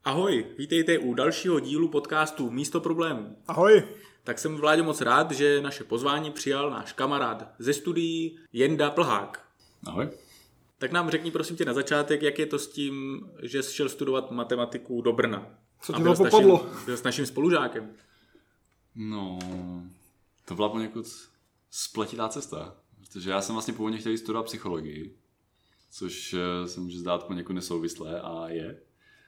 Ahoj, vítejte u dalšího dílu podcastu Místo problémů. Ahoj. Tak jsem, Vláďo, moc rád, že naše pozvání přijal náš kamarád ze studií Jenda Plhák. Ahoj. Tak nám řekni prosím tě na začátek, jak je to s tím, že jsi šel studovat matematiku do Brna. Co ti to popadlo? Byl s naším spolužákem. No, to byla poněkud spletitá cesta, protože já jsem vlastně původně chtěl studovat psychologii, což se může zdát poněkud nesouvislé a je.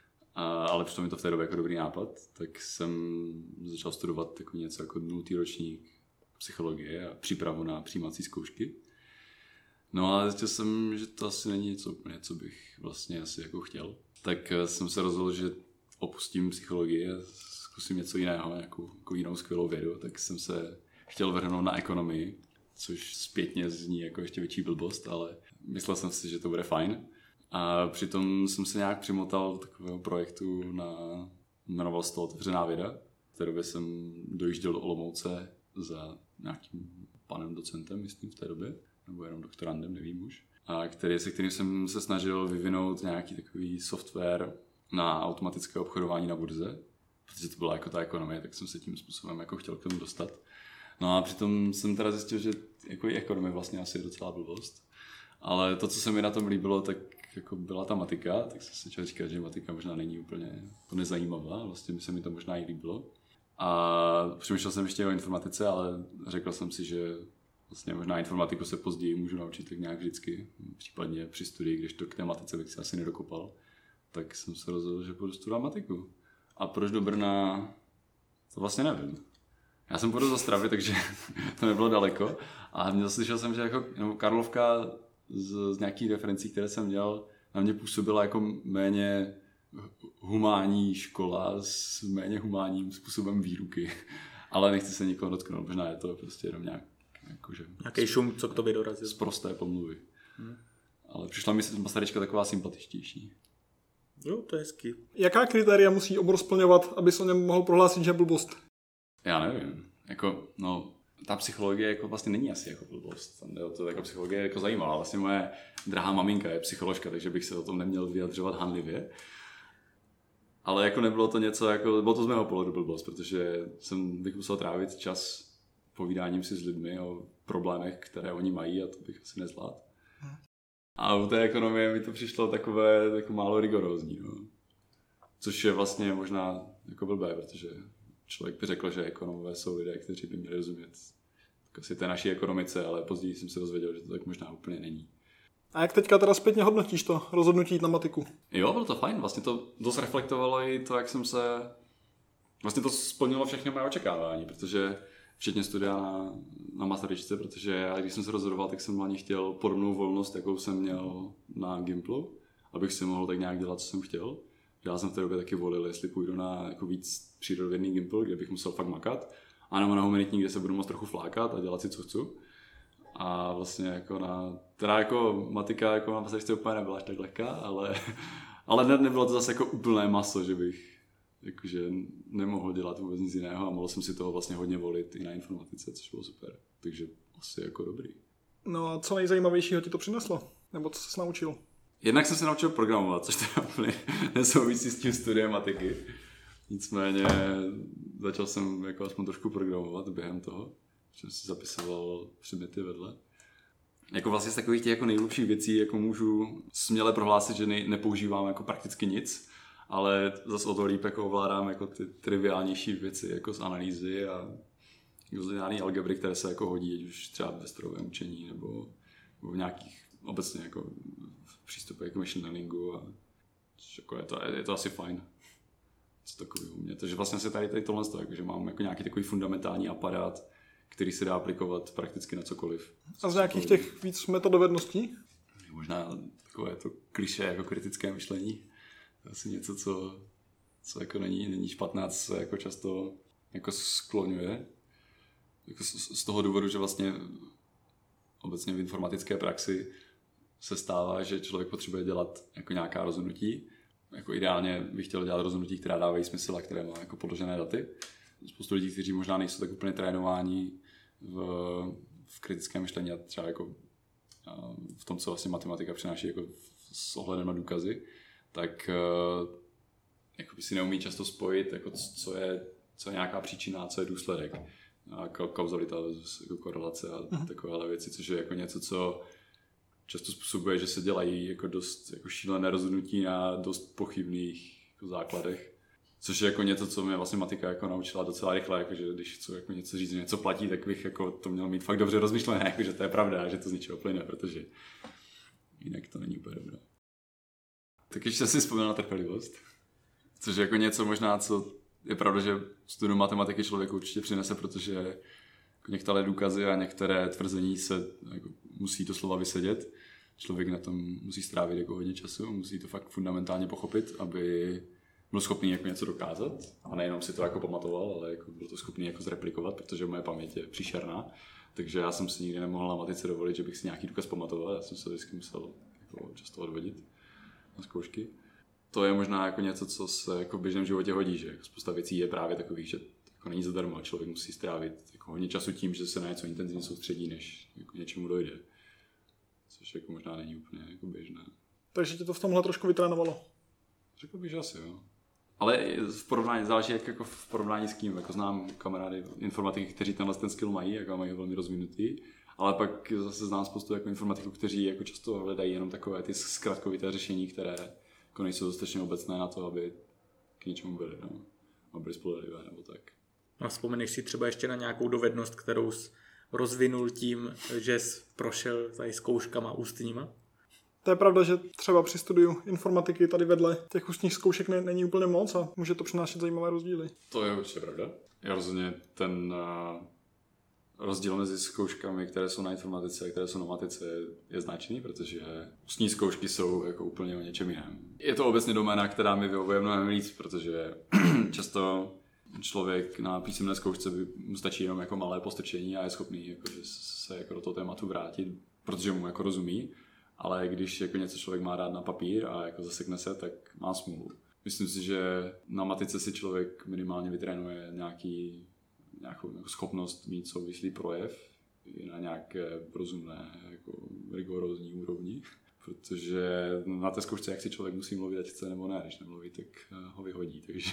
Ale přišlo mi to v té době jako dobrý nápad, tak jsem začal studovat takový něco jako 0. ročník psychologie a přípravu na přijímací zkoušky. No a zjistil jsem, že to asi není něco úplně, co bych vlastně asi jako chtěl. Tak jsem se rozhodl, že opustím psychologii a zkusím něco jiného, nějakou jinou skvělou vědu, tak jsem se chtěl vrhnout na ekonomii, což zpětně zní jako ještě větší blbost, ale myslel jsem si, že to bude fajn. A přitom jsem se nějak přimotal do takového projektu jmenoval se to Otevřená věda. V té době jsem dojížděl do Olomouce za nějakým panem docentem, myslím v té době, nebo jenom doktorandem, nevím už. A se kterým jsem se snažil vyvinout nějaký takový software na automatické obchodování na burze, protože to byla jako ta ekonomie, tak jsem se tím způsobem jako chtěl k tomu dostat. No a přitom jsem teda zjistil, že jako i ekonomie vlastně asi je docela blbost. Ale to, co se mi na tom líbilo, tak jako byla ta matika, tak jsem si chtěl říkat, že matika možná není úplně to nezajímavá, vlastně by se mi to možná i líbilo. A přemýšlel jsem ještě o informatice, ale řekl jsem si, že vlastně možná informatiku se později můžu naučit tak nějak vždycky, případně při studii, když to k té matice bych se asi nedokopal, tak jsem se rozhodl, že budu studovat matiku. A proč do Brna, to vlastně nevím. Já jsem půjdu z Ostravy, takže to nebylo daleko a slyšel jsem, že jako Karlovka z nějakých referencí, které jsem měl, na mě působila jako méně humánní škola s méně humánním způsobem výuky. Ale nechci se nikoho dotknout, možná je to prostě jenom nějaký šum, co k tobě dorazil. Z prosté pomluvy. Ale přišla mi se Masaryčka taková sympatičtější. Jo, to je hezky. Jaká kritéria musí obor splňovat, aby se o něm mohl prohlásit, že je blbost? Já nevím. Ta psychologie jako vlastně není asi jako blbost. To jako psychologie je jako zajímavá. Vlastně moje drahá maminka je psycholožka, takže bych se o tom neměl vyjadřovat hanlivě. Ale jako nebylo to něco, jako, bylo to z mého pohledu blbost, protože bych musel trávit čas povídáním si s lidmi o problémech, které oni mají a to bych asi nezvládl. A u té ekonomie mi to přišlo takové jako málo rigorózní. No. Což je vlastně možná jako blbé, protože člověk by řekl, že ekonomové jsou lidé, kteří by měli rozumět asi té naší ekonomice, ale později jsem se dozvěděl, že to tak možná úplně není. A jak teďka teda zpětně hodnotíš to rozhodnutí jít na matiku? Jo, bylo to fajn. Vlastně to dost reflektovalo i to, jak jsem se... Vlastně to splnilo všechny moje očekávání, protože včetně studia na Masaryčce, protože já, když jsem se rozhodoval, tak jsem hlavně chtěl podobnou volnost, jakou jsem měl na Gimplu, abych si mohl tak nějak dělat, co jsem chtěl. Já jsem v té době taky volil, jestli půjdu na jako víc přírodovědný Gimpl, kde bych musel fakt makat, anebo na humanitní, kde se budu moct trochu flákat a dělat si, co chci. A vlastně jako jako matika jako na Masaryčce úplně nebyla až tak lehká, ale nebylo to zase jako úplné maso, že bych jakože nemohl dělat vůbec nic jiného a mohl jsem si toho vlastně hodně volit i na informatice, což bylo super. Takže asi jako dobrý. No a co nejzajímavějšího ti to přineslo? Nebo co jsi naučil? Jednak jsem se naučil programovat, což teda úplně nesouvisí s tím studiem matiky. Nicméně začal jsem jako aspoň trošku programovat během toho, že jsem si zapisoval předměty vedle. Jako vlastně z takových těch jako nejlepších věcí jako můžu směle prohlásit, že nepoužívám jako prakticky nic, ale zase o to líp jako ovládám jako ty triviálnější věci jako z analýzy a lineární algebry, které se jako hodí, ať už třeba ve strojovém učení nebo v nějakých obecně jako přístupy jako machine learningu a jako je to asi fajn. Co takového u mě. Takže vlastně se tady tohle stojí, že mám jako nějaký takový fundamentální aparát, který se dá aplikovat prakticky na cokoliv. A z nějakých těch víc metodovedností? Možná takové to klišé jako kritické myšlení. To je asi něco, co jako není špatná, co se jako často jako skloňuje. Jako z toho důvodu, že vlastně obecně v informatické praxi se stává, že člověk potřebuje dělat jako nějaká rozhodnutí. Jako ideálně bych chtěl dělat rozhodnutí, která dávají smysl a které má jako podložené daty. Spoustu lidí, kteří možná nejsou tak úplně trénováni v kritickém myšlení a třeba jako v tom, co vlastně matematika přináší jako s ohledem na důkazy, tak jakoby si neumí často spojit, jako co je nějaká příčina a co je důsledek. A kauzalita, jako korelace a takovéhle věci, což je jako něco, co často způsobuje, že se dělají jako dost jako šílené rozhodnutí na dost pochybných jako základech. Což je jako něco, co mě vlastně matika jako naučila docela rychle, jako, že když chci jako něco říct, že něco platí, tak bych jako to měl mít fakt dobře rozmyšlené, jako, že to je pravda, že to z ničeho plyne, protože jinak to není úplně dobré. Tak ještě si vzpomněl na trpělivost, což je jako něco možná, co je pravda, že studium matematiky člověku určitě přinese, protože jako některé důkazy a některé tvrzení se jako musí doslova vysedět. Člověk na tom musí strávit jako hodně času, musí to fakt fundamentálně pochopit, aby byl schopný jako něco dokázat a nejenom si to jako pamatoval, ale jako byl to schopný jako zreplikovat, protože moje paměť je příšerná. Takže já jsem si nikdy nemohl na matice dovolit, že bych si nějaký důkaz pamatoval, já jsem se vždycky musel jako často odvodit na zkoušky. To je možná jako něco, co se jako v běžném životě hodí, že jako spousta věcí je právě takových, že jako není zadarmo, člověk musí strávit jako hodně času tím, že se na něco intenzivně soustředí, než jako něčemu dojde. Což jako možná není úplně jako běžné. Takže tě to v tomhle trošku vytrénovalo? Řekl bych, že asi jo. Ale v porovnání, záleží jako v porovnání s kým. Jako znám kamarády informatiky, kteří ten skill mají, jako mají velmi rozvinutý. Ale pak zase znám spoustu jako informatiků, kteří jako často hledají jenom takové ty zkratkovité řešení, které jako nejsou dostatečně obecné na to, aby k něčemu byly, no. A byly spolehlivé nebo tak. A vzpomeneš si třeba ještě na nějakou dovednost, kterou jsi rozvinul tím, že jsi prošel tady zkouškama ústníma? To je pravda, že třeba při studiu informatiky tady vedle těch ústních zkoušek není úplně moc a může to přinášet zajímavé rozdíly. To je určitě pravda. Já rozhodně ten rozdíl mezi zkouškami, které jsou na informatice a které jsou na matice, je značný, protože ústní zkoušky jsou jako úplně o něčem jiném. Je to obecně doména, která mi vyhovuje mnohem víc, protože často člověk na písemné zkoušce mu stačí jenom jako malé postrčení a je schopný jako, že se jako do toho tématu vrátit, protože mu jako rozumí. Ale když jako něco člověk má rád na papír a jako zasekne se, tak má smůlu. Myslím si, že na matice si člověk minimálně vytrénuje nějakou schopnost mít souvislý projev na nějaké rozumné, jako rigorózní úrovni. Protože na té zkoušce, jak si člověk musí mluvit, ať chce nebo ne, když nemluví, tak ho vyhodí, takže...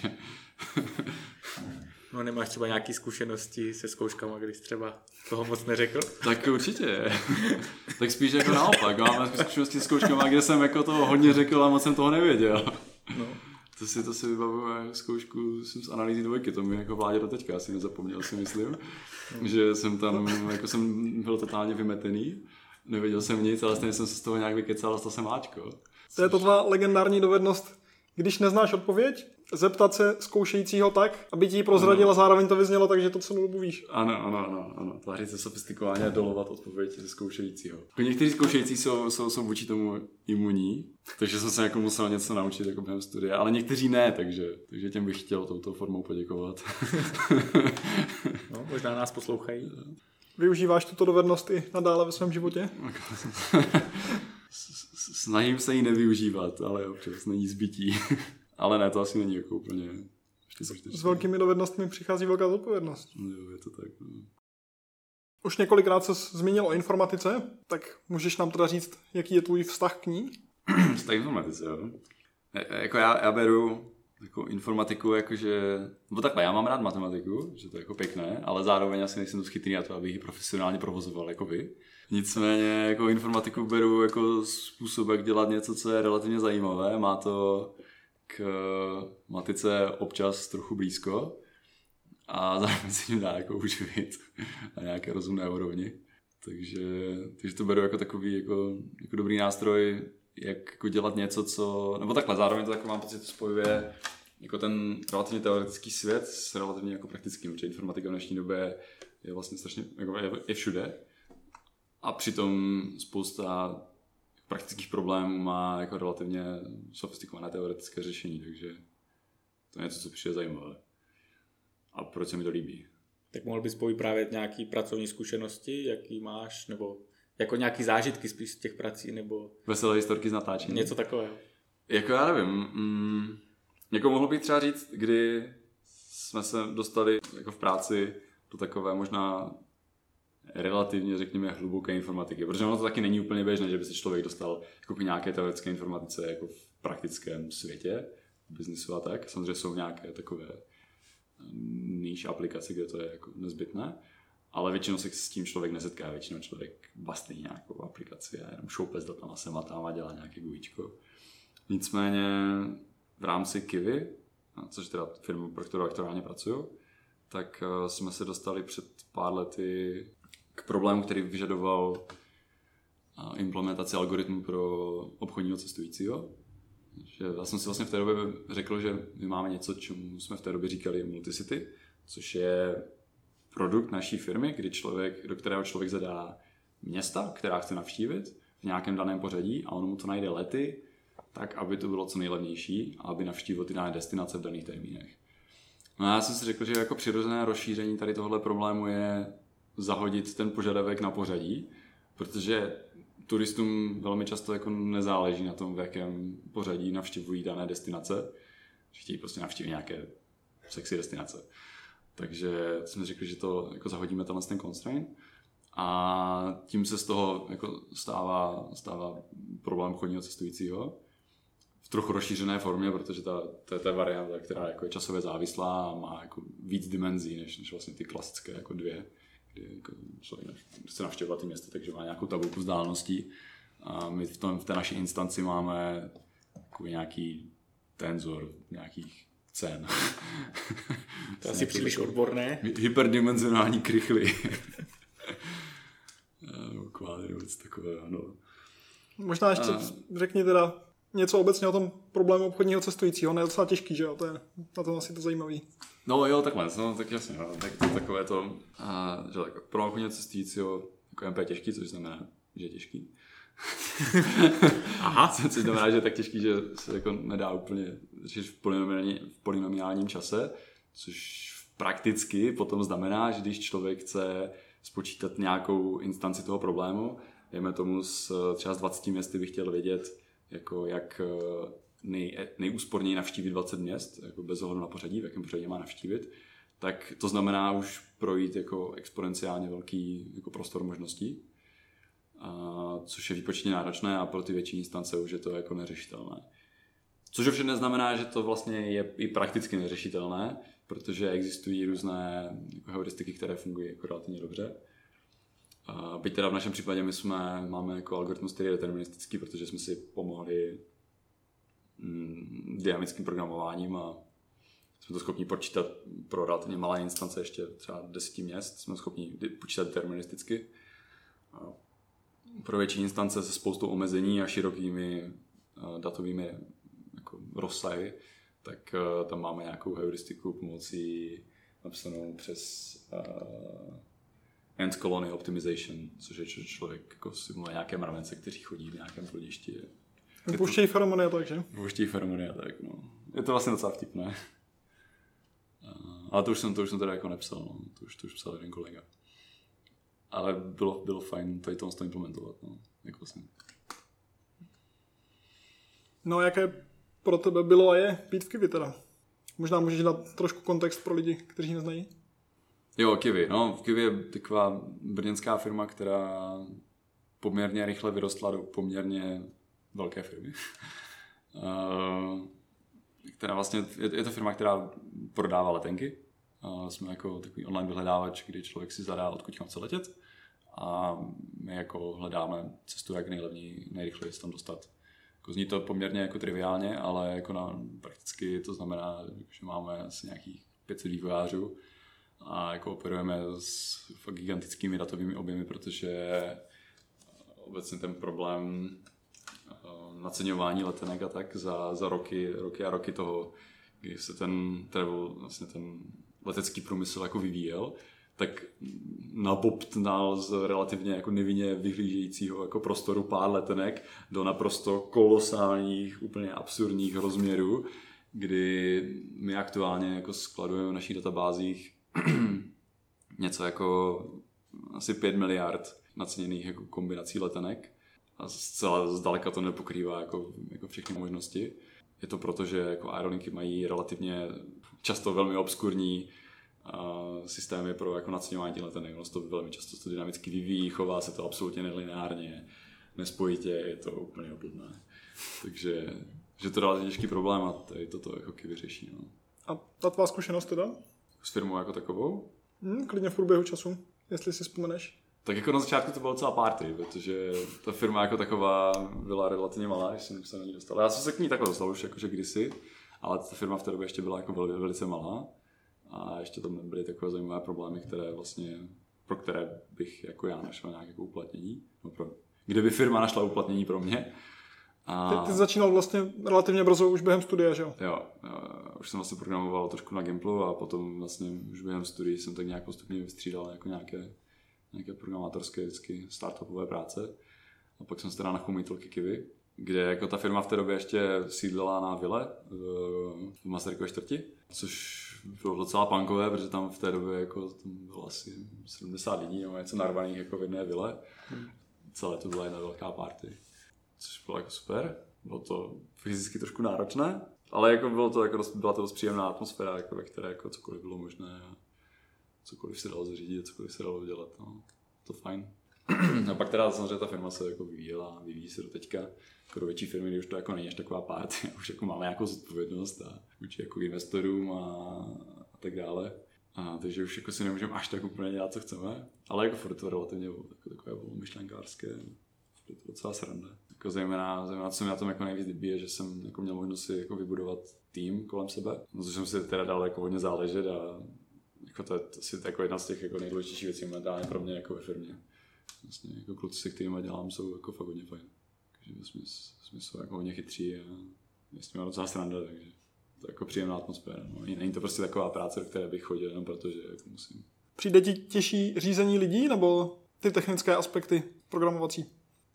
No nemáš třeba nějaké zkušenosti se zkouškama, když třeba toho moc neřekl? Tak určitě. Tak spíš jako naopak. Mám zkušenosti s zkouškama, kde jsem jako toho hodně řekl a moc jsem toho nevěděl. No. To si vybavuju zkoušku z analýzy dvojky, to mi jako Vládě do teďka asi nezapomněl, si myslím. Že jsem tam, jako jsem byl totálně vymetený. Nevěděl jsem nic, ale stejně jsem se z toho nějak vykecal a dostal jsem Ačko. To je to tvá legendární dovednost, když neznáš odpověď, zeptat se zkoušejícího tak, aby ti ji prozradil a zároveň to vyznělo tak, že to celou dobu víš. Ano. Tvářit se sofistikovaně a dolovat odpověď ze zkoušejícího. Někteří zkoušející jsou vůči tomu imunní, takže jsem se jako musel něco naučit jako během studia, ale někteří ne, takže těm bych chtěl touto formou poděkovat. No, možná nás poslouchají. Využíváš tuto dovednost i nadále ve svém životě? Snažím se ji nevyužívat, ale občas není zbytí. Ale ne, to asi není jako úplně... S velkými dovednostmi přichází velká zodpovědnost. Jo, je to tak. No. Už několikrát se zmínil o informatice, tak můžeš nám teda říct, jaký je tvůj vztah k ní? Vztah k informatice, jo. Jako já beru jako informatiku, jakože... No takhle, já mám rád matematiku, že to je jako pěkné, ale zároveň asi nejsem dost chytrý na to, abych ji profesionálně provozoval jako vy. Nicméně jako informatiku beru jako způsob, jak dělat něco, co je relativně zajímavé. Má to k matice občas trochu blízko a zároveň se tím dá jako uživit na nějaké rozumné úrovni. Takže to beru jako takový jako dobrý nástroj, jak jako dělat něco, co... Nebo takhle, zároveň to jako mám pocit, spojuje jako ten relativně teoretický svět s relativně jako praktickým, protože informatika v dnešní době je vlastně strašně, jako je všude. A přitom spousta praktických problémů má jako relativně sofistikované teoretické řešení, takže to je něco, co přijde zajímavé. A proč se mi to líbí? Tak mohl bys povyprávět nějaký pracovní zkušenosti, jaký máš, nebo jako nějaký zážitky spíš z těch prací, nebo... Veselé historky z natáčení. Něco takového. Jako já nevím. Jako mohl bych třeba říct, kdy jsme se dostali jako v práci do takové možná relativně, řekněme, hluboké informatiky. Protože ono to taky není úplně běžné, že by se člověk dostal jako k nějaké teoretické informatice jako v praktickém světě. biznisu a tak. Samozřejmě jsou nějaké takové níž aplikace, kde to je jako nezbytné, ale většinou se s tím člověk nesetká, většinou člověk vlastní nějakou aplikaci a jenom šoupe s datama sem a tam a dělá nějaké GUIčko. Nicméně v rámci Kivy, což je teda firma, pro kterou aktuálně pracuju, tak jsme se dostali před pár lety k problému, který vyžadoval implementaci algoritmu pro obchodního cestujícího. Že já jsem si vlastně v té době řekl, že my máme něco, čemu jsme v té době říkali Multicity, což je produkt naší firmy, do kterého člověk zadá města, která chce navštívit v nějakém daném pořadí a on mu to najde lety, tak aby to bylo co nejlevnější a aby navštívil ty dané destinace v daných termínech. No a já jsem si řekl, že jako přirozené rozšíření tady tohohle problému je zahodit ten požadavek na pořadí, protože turistům velmi často jako nezáleží na tom, v jakém pořadí navštěvují dané destinace, že chtějí prostě navštívit nějaké sexy destinace. Takže jsme řekli, že to jako zahodíme ten constraint a tím se z toho jako stává problém obchodního cestujícího v trochu rozšířené formě, protože to je varianta, která jako je časově závislá a má jako víc dimenzí než vlastně ty klasické jako dvě, kdy jako člověk chce navštěvovat ty města, takže má nějakou tabulku vzdáleností a my v té naší instanci máme jako nějaký tenzor nějakých cen. To je asi příliš odborné. Hyperdimenzionální krychly. Kvádry, něco takového, no. Možná ještě řekni teda něco obecně o tom problému obchodního cestujícího. On je docela těžký, že jo? To je na tom asi to zajímavý. No jo, takhle, no, tak jasně, no, tak to takové to, že tak, pro obchodního cestujícího jako MP je těžký, což znamená, že je těžký. Aha. Což znamená, že je tak těžký, že se jako nedá úplně řešit v polynomiálním čase, což prakticky potom znamená, že když člověk chce spočítat nějakou instanci toho problému, dejme tomu třeba z 20 městy bych chtěl vědět, jako jak nejúsporněji navštívit 20 měst, jako bez ohledu na pořadí, v jakém pořadí má navštívit, tak to znamená už projít jako exponenciálně velký jako prostor možností, což je výpočetně náročné a pro ty větší instance už je to jako neřešitelné. Což ovšem neznamená, že to vlastně je i prakticky neřešitelné, protože existují různé jako heuristiky, které fungují jako relativně dobře. Byť teda v našem případě máme jako algoritmus, který je deterministický, protože jsme si pomohli dynamickým programováním a jsme to schopni počítat pro relativně malé instance, ještě třeba 10 měst, jsme schopni počítat deterministicky. Pro větší instance se spoustou omezení a širokými datovými jako rozsahy, tak tam máme nějakou heuristiku pomocí napsanou přes Ant Colony Optimization, což je člověk jako simuluje nějaké mravence, kteří chodí v nějakém bludišti. Pouštějí feromony a tak, že? Pouštějí feromony a tak, no. Je to vlastně docela vtipné. Ale to už jsem teda jako nepsal, no. To už psal jeden kolega. Ale bylo fajn tady to implementovat, no. Jako vlastně. No, jaké pro tebe bylo a je být v Kivy teda? Možná můžeš dát trošku kontext pro lidi, kteří neznají? Jo, Kivy. No, Kivy je taková brněnská firma, která poměrně rychle vyrostla do poměrně velké firmy. Která vlastně, je to firma, která prodává letenky. Jsme jako takový online vyhledávač, kdy člověk si zadá, odkud chce letět. A my jako hledáme cestu, jak nejrychleji se tam dostat. Jako zní to poměrně jako triviálně, ale jako prakticky to znamená, že máme asi nějakých 500 vývojářů a jako operujeme s fakt gigantickými datovými objemy, protože obecně ten problém naceňování letenek a tak za roky a roky toho, kdy se ten letecký průmysl jako vyvíjel, tak nabobtnal z relativně jako nevinně vyhlížejícího jako prostoru pár letenek do naprosto kolosálních, úplně absurdních rozměrů, kdy my aktuálně jako skladujeme v našich databázích něco jako asi 5 miliard naceněných jako kombinací letenek a zcela zdaleka to nepokrývá jako všechny možnosti. Je to proto, že jako aerolinky mají relativně často velmi obskurní systémy pro jako naceňování těch letenek. Ono se to velmi často to dynamicky vyvíjí, chová se to absolutně nelineárně, nespojitě, je to úplně obludné. Takže že to dál těžký problém a tady toto jako vyřeší. No. A ta tvá zkušenost teda? S firmou jako takovou? Klidně v průběhu času, jestli si vzpomeneš. Tak jako na začátku to byla celá party, protože ta firma jako taková byla relativně malá, když jsem se na ní dostal. Já jsem se k ní takhle dostal už jakože kdysi, ale ta firma v té době ještě byla jako velice malá a ještě tam nebyly takové zajímavé problémy, které vlastně, pro které bych jako já našel nějaké jako uplatnění. No kde by firma našla uplatnění pro mě. Ty začínal vlastně relativně brzo už během studia, že jo? Jo, už jsem vlastně programoval trošku na Gimplu a potom vlastně už během studií jsem tak nějak postupně vystřídal jako nějaké programátorské vždycky startupové práce. A pak jsem se teda nachomítil Kikivy, kde jako ta firma v té době ještě sídlila na vile v Masarykově čtvrti, což bylo docela punkové, protože tam v té době jako tam bylo asi 70 lidí nebo něco narvaných jako v jedné vile. Celé to byla jedna velká party, což bylo jako super. Bylo to fyzicky trošku náročné, ale jako byla to dost příjemná atmosféra, jako ve které jako cokoliv bylo možné a cokoliv se dalo zařídit, cokoliv se dalo udělat. No, to fajn. A pak teda samozřejmě ta firma se jako vyvíjí se do teďka jako do větší firmy, kdy už to jako není až taková party, už jako máme nějakou zodpovědnost a vůči jako investorům a tak dále. A takže už jako si nemůžeme až tak úplně dělat, co chceme, ale jako furt to relativně jako takové myšlenkářské, je to docela sranda. Jako zejména co mi na tom jako nejvíc líbí, je, že jsem jako měl možnost si jako vybudovat tým kolem sebe, no, což jsem si teda dal jako hodně záležet a jako to je asi jako jedna z těch jako nejdůležitějších věcí momentálně pro mě jako ve firmě. Vlastně jako kluci, se kterými dělám, jsou jako fakt hodně fajn. Takže jsme jsou jako hodně chytří a je s nimi docela sranda, takže to je jako příjemná atmosféra. No. Není to prostě taková práce, do které bych chodil, jenom protože jako musím. Přijde ti těžší řízení lidí nebo ty technické aspekty programovací?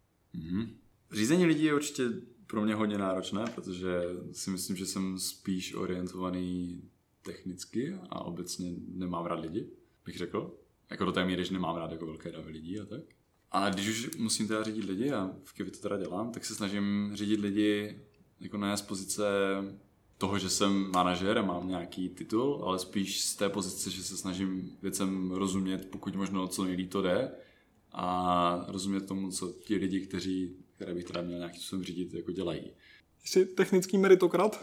Řízení lidí je určitě pro mě hodně náročné, protože si myslím, že jsem spíš orientovaný technicky a obecně nemám rád lidi, bych řekl. Jako do té míry, že nemám rád jako velké davy lidí a tak. Ale když už musím teda řídit lidi a v Kivy to teda dělám, tak se snažím řídit lidi jako ne z pozice toho, že jsem manažer a mám nějaký titul, ale spíš z té pozice, že se snažím věcem rozumět, pokud možno co nejlíp to jde a rozumět tomu, co ti lidi, které bych teda měl nějakým způsobem řídit, jako dělají. Jsi technický meritokrat?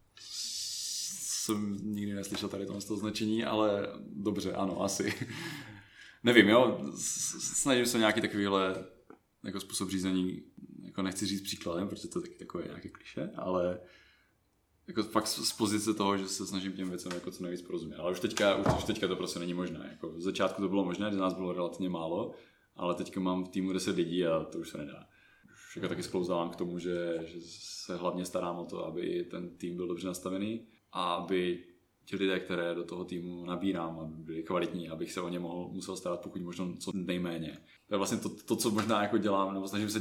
Jsem nikdy neslyšel tady to značení, ale dobře, ano, asi. Nevím, jo, snažím se nějaký takovýhle jako způsob řízení, jako nechci říct příkladem, protože to je taky takové nějaké klišé, ale jako fakt z pozice toho, že se snažím těm věcem jako co nejvíc porozumět. Ale už teďka to prostě není možné. Jako v začátku to bylo možné, že nás bylo relativně málo, ale teďka mám v týmu 10 lidí a to už se nedá. Už jako taky sklouzávám k tomu, že se hlavně starám o to, aby ten tým byl dobře nastavený a aby ti lidé, které do toho týmu nabírám, aby byli kvalitní, abych se o ně musel starat pokud možno co nejméně. To je vlastně to, co možná jako dělám, nebo snažím se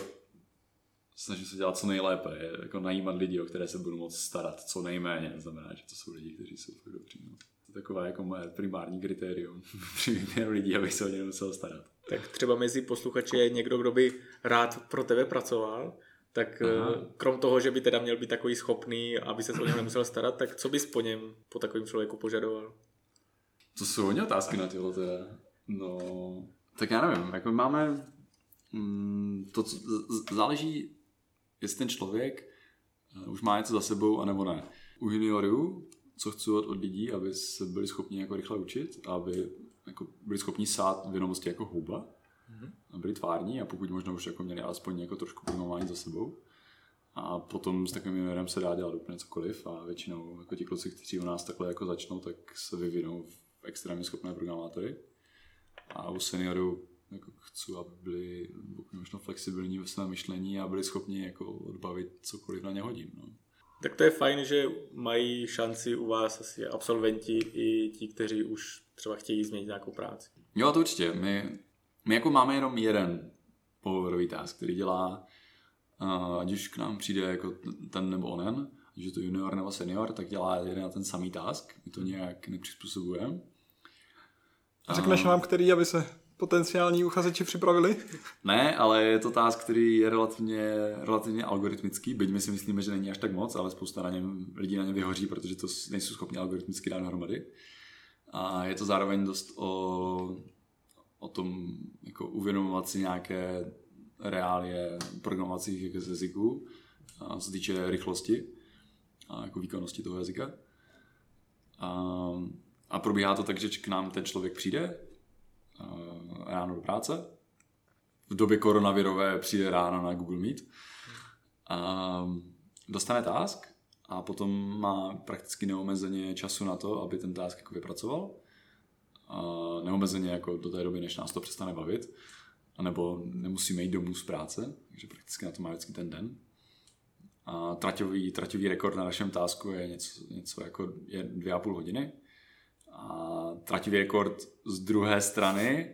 dělat co nejlépe, je jako najímat lidi, o které se budu moct starat co nejméně. Znamená, že to jsou lidi, kteří jsou fakt dobří. No. To je takové jako moje primární kritérium při výběru lidí, abych se o ně musel starat. Tak třeba mezi posluchači je někdo, kdo by rád pro tebe pracoval, tak krom toho, že by teda měl být takový schopný, aby se o něm nemusel starat, tak co bys po něm, po takovém člověku požadoval? To jsou hodně otázky na tyhle teda. No, tak já nevím, jako máme záleží, jestli ten člověk už má něco za sebou, anebo ne. U juniorů, co chci od lidí, aby se byli schopni jako rychle učit, aby jako byli schopni sát vědomosti jako houba, a byli tvární a pokud možno už jako měli alespoň jako trošku programování za sebou. A potom s takovým juniorem se dá dělat úplně cokoliv a většinou jako ti kluci, kteří u nás takhle jako začnou, tak se vyvinou v extrémně schopné programátory. A u seniorů jako chci, aby byli možno flexibilní ve svém myšlení a byli schopni jako odbavit cokoliv na ně hodím. No. Tak to je fajn, že mají šanci u vás asi absolventi i ti, kteří už třeba chtějí změnit nějakou práci. Jo, to určitě. My jako máme jenom jeden pohovorový task, který dělá, ať už k nám přijde jako ten nebo onen, ať je to junior nebo senior, tak dělá jeden a ten samý task. My to nějak nepřizpůsobujeme. Řekneš nám, který, aby se potenciální uchazeči připravili? Ne, ale je to task, který je relativně algoritmický, byť my si myslíme, že není až tak moc, ale spousta lidí na něm vyhoří, protože to nejsou schopni algoritmicky dát dohromady. A je to zároveň dost o tom jako uvědomovat si nějaké reálie programovacích jazyků, co se týče rychlosti a jako výkonnosti toho jazyka. A probíhá to tak, že k nám ten člověk přijde ráno do práce. V době koronavirové přijde ráno na Google Meet. Dostane task a potom má prakticky neomezeně času na to, aby ten task jako vypracoval. Neomezeně jako do té doby, než nás to přestane bavit. A nebo nemusíme jít domů z práce, takže prakticky na to má vždycky ten den. A traťový rekord na našem tasku je něco jako 2,5 hodiny. A traťový rekord z druhé strany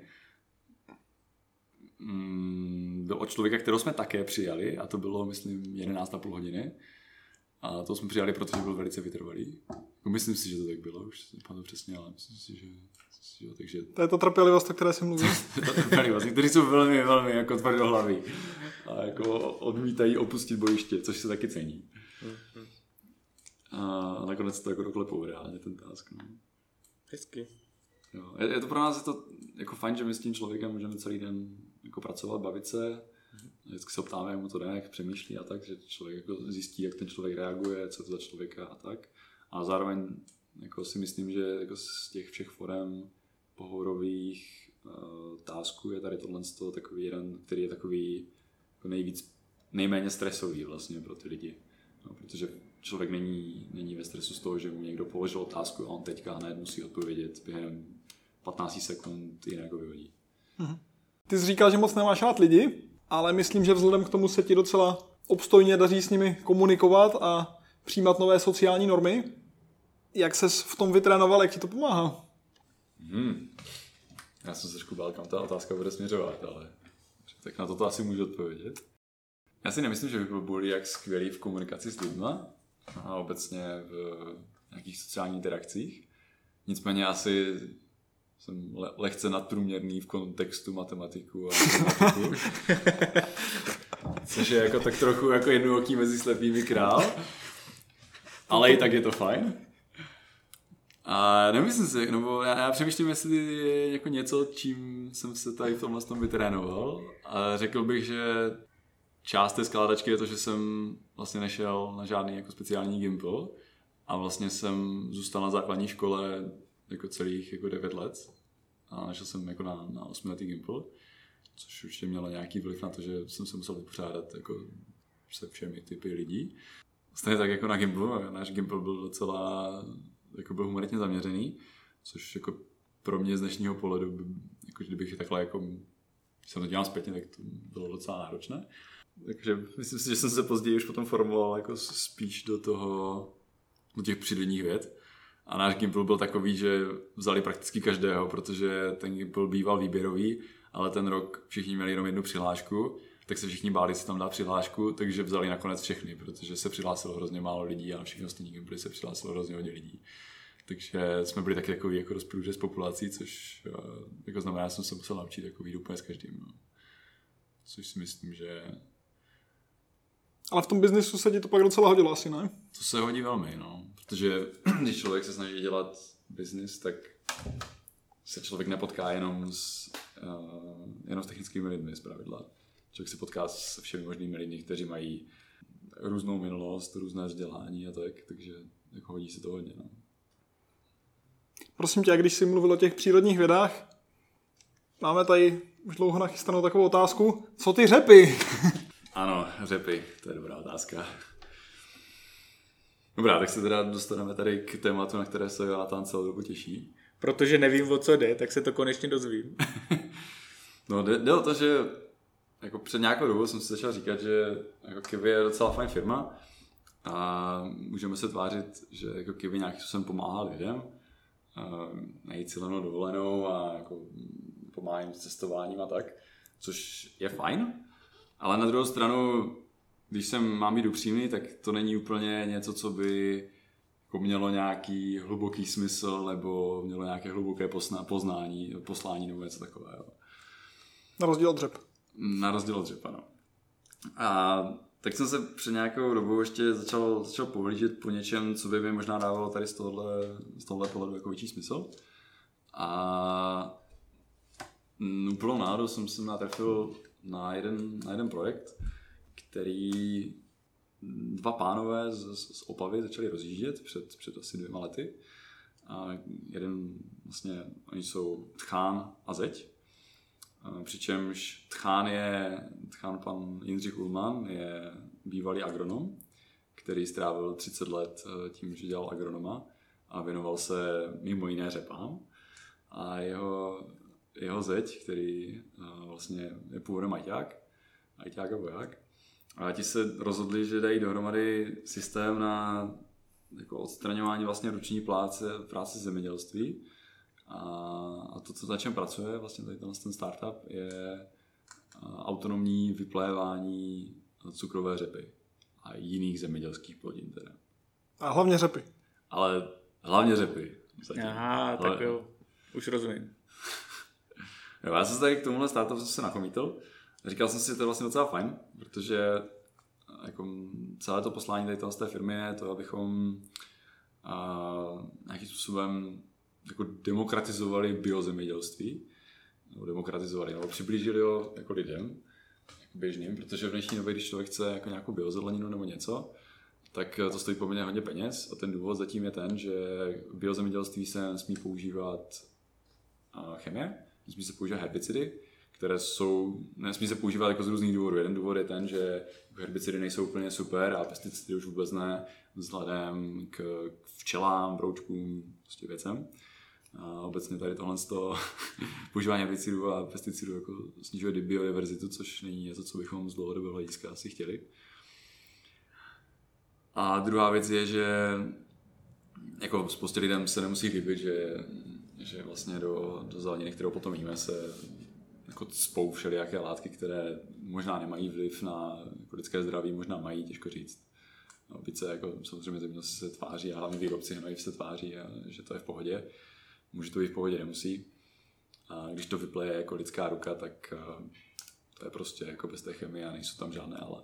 byl od člověka, kterého jsme také přijali, a to bylo, myslím, 11,5 hodiny. A to jsme přijali, protože byl velice vytrvalý. Myslím si, že to tak bylo, už to přesně, ale myslím si, že jo, takže... To je to trpělivost, o které jsem mluvil. To je trpělivost, kteří jsou velmi, velmi jako tvrdohlaví a jako odmítají opustit bojiště, což se taky cení. A nakonec to jako doklepou reálně ten task. No. Hezky. Jo. Je to pro nás je to jako fajn, že my s tím člověkem můžeme celý den jako pracovat, bavit se. Vždycky se ptáme, jak mu to jde, jak přemýšlí a tak, že člověk jako zjistí, jak ten člověk reaguje, co to za člověka a tak. A zároveň jako si myslím, že jako z těch všech forem pohovorových tasků je tady tohle takový jeden, který je takový jako nejméně stresový vlastně pro ty lidi. No, protože člověk není ve stresu z toho, že mu někdo položil otázku a on teďka hned musí odpovědět během 15 sekund, jinak ho vyhodí. Ty jsi říkal, že moc nemáš rád lidi, ale myslím, že vzhledem k tomu se ti docela obstojně daří s nimi komunikovat a přijímat nové sociální normy. Jak ses v tom vytrénoval, jak ti to pomáhá? Já jsem se trošku bál, kam ta otázka bude směřovat, ale tak na to asi můžu odpovědět. Já si nemyslím, že bych byl jak skvělý v komunikaci s lidma a obecně v nějakých sociálních interakcích. Nicméně asi jsem lehce nadprůměrný v kontextu matematiku a matematiku. Což je jako tak trochu jako jednooký mezi slepými král. Ale i tak je to fajn. A nemyslím si, nebo já přemýšlím, jestli je jako něco, čím jsem se tady v tomhle tom vytrénoval. A řekl bych, že část té skládačky je to, že jsem vlastně nešel na žádný jako speciální Gimpl a vlastně jsem zůstal na základní škole jako celých jako 9 let a nešel jsem jako na 8letý Gimpl, což určitě mělo nějaký vliv na to, že jsem se musel vypořádat jako se všemi typy lidí. Stejně tak jako na Gimplu, náš Gimpl byl docela jako byl humanitně zaměřený, což jako pro mě z dnešního pohledu, jako kdybych takhle jako, když jsem to dělal zpětně, tak to bylo docela náročné. Takže myslím si, že jsem se později už potom formoval jako spíš do těch přírodních věd. A náš Gimpl byl takový, že vzali prakticky každého, protože ten Gimpl býval výběrový, ale ten rok všichni měli jenom jednu přihlášku, tak se všichni báli si tam dát přihlášku, takže vzali nakonec všechny, protože se přihlásilo hrozně málo lidí a na všechny ostatní Gimply se přihlásilo hrozně hodně lidí. Takže jsme byli taky takový jako rozprůřez populací, což jako znamená, že jsem se musel naučit jako výjít úplně s každým. No. Což si myslím, že... Ale v tom biznisu se ti to pak docela hodilo asi, ne? To se hodí velmi, no. Protože když člověk se snaží dělat biznis, tak se člověk nepotká jenom s technickými lidmi zpravidla. Člověk se potká se všemi možnými lidmi, kteří mají různou minulost, různé vzdělání a tak, takže jako hodí se to hodně, no. Prosím tě, když jsi mluvil o těch přírodních vědách, máme tady už dlouho nachystanou takovou otázku. Co ty řepy? Ano, řepy, to je dobrá otázka. Dobrá, tak se teda dostaneme tady k tématu, na které se Jonatán celou dobu těší. Protože nevím, o co jde, tak se to konečně dozvím. No, jde o to, že jako před nějakou dobou jsem si začal říkat, že jako Kiwi je docela fajn firma a můžeme se tvářit, že jako Kiwi nějakým způsobem pomáhá lidem najít si levnou dovolenou a jako pomáhá jim s cestováním a tak, což je fajn, ale na druhou stranu, když mám být upřímný, tak to není úplně něco, co by jako mělo nějaký hluboký smysl nebo mělo nějaké hluboké poslání nebo něco takového. Na rozdíl od řep. Na rozdíl od řep, ano. A tak jsem se před nějakou dobou ještě začal pohlížet po něčem, co by mi možná dávalo tady z tohohle pohledu jako větší smysl. A úplnou náhodou jsem se natrefil na jeden projekt, který dva pánové z Opavy začali rozjíždět před asi 2 lety. A jeden vlastně, oni jsou Tchán a Zeď. Přičemž Tchán pan Jindřich Ullmann je bývalý agronom, který strávil 30 let tím, že dělal agronoma a věnoval se mimo jiné řepám. A jeho zeď, který vlastně je původem ajťák a voják. A ti se rozhodli, že dají dohromady systém na jako odstraňování vlastně ruční práce zemědělství. A to, na čem pracuje vlastně tady ten startup, je autonomní vyplévání cukrové řepy a jiných zemědělských plodin teda. A hlavně řepy. Ale hlavně řepy. Aha, tak jo, už rozumím. Jo, já jsem se tady k tomuhle startupu se nachomítl. Říkal jsem si, že to je vlastně docela fajn, protože jako celé to poslání tady z té firmy je to, abychom nějakým způsobem jako demokratizovali biozemědělství. Nebo přiblížili ho jako lidem, jako běžným, protože v dnešní době, když člověk chce jako nějakou biozeleninu nebo něco, tak to stojí poměrně hodně peněz a ten důvod zatím je ten, že v biozemědělství se nesmí používat chemie, nesmí se používat herbicidy, které nesmí se používat jako z různých důvodů. Jeden důvod je ten, že herbicidy nejsou úplně super a pesticidy už vůbec ne, vzhledem k včelám, broučkům, prostě věcem. A obecně tady tohle používání herbicidů a pesticidů jako snižuje biodiverzitu, což není něco, co bychom z dlouhodobého hlediska asi chtěli. A druhá věc je, že jako spoustě lidem se nemusí líbit, že vlastně do zeleniny, kterou potom jíme, se jako cpou všelijaké látky, které možná nemají vliv na jako lidské zdraví, možná mají, těžko říct. Opice jako samozřejmě zemědělci se tváří a hlavně výrobci hnojiv se tváří, že to je v pohodě. Může to být v pohodě, nemusí. A když to vypleje jako lidská ruka, tak to je prostě jako bez té chemie a nejsou tam žádné ale.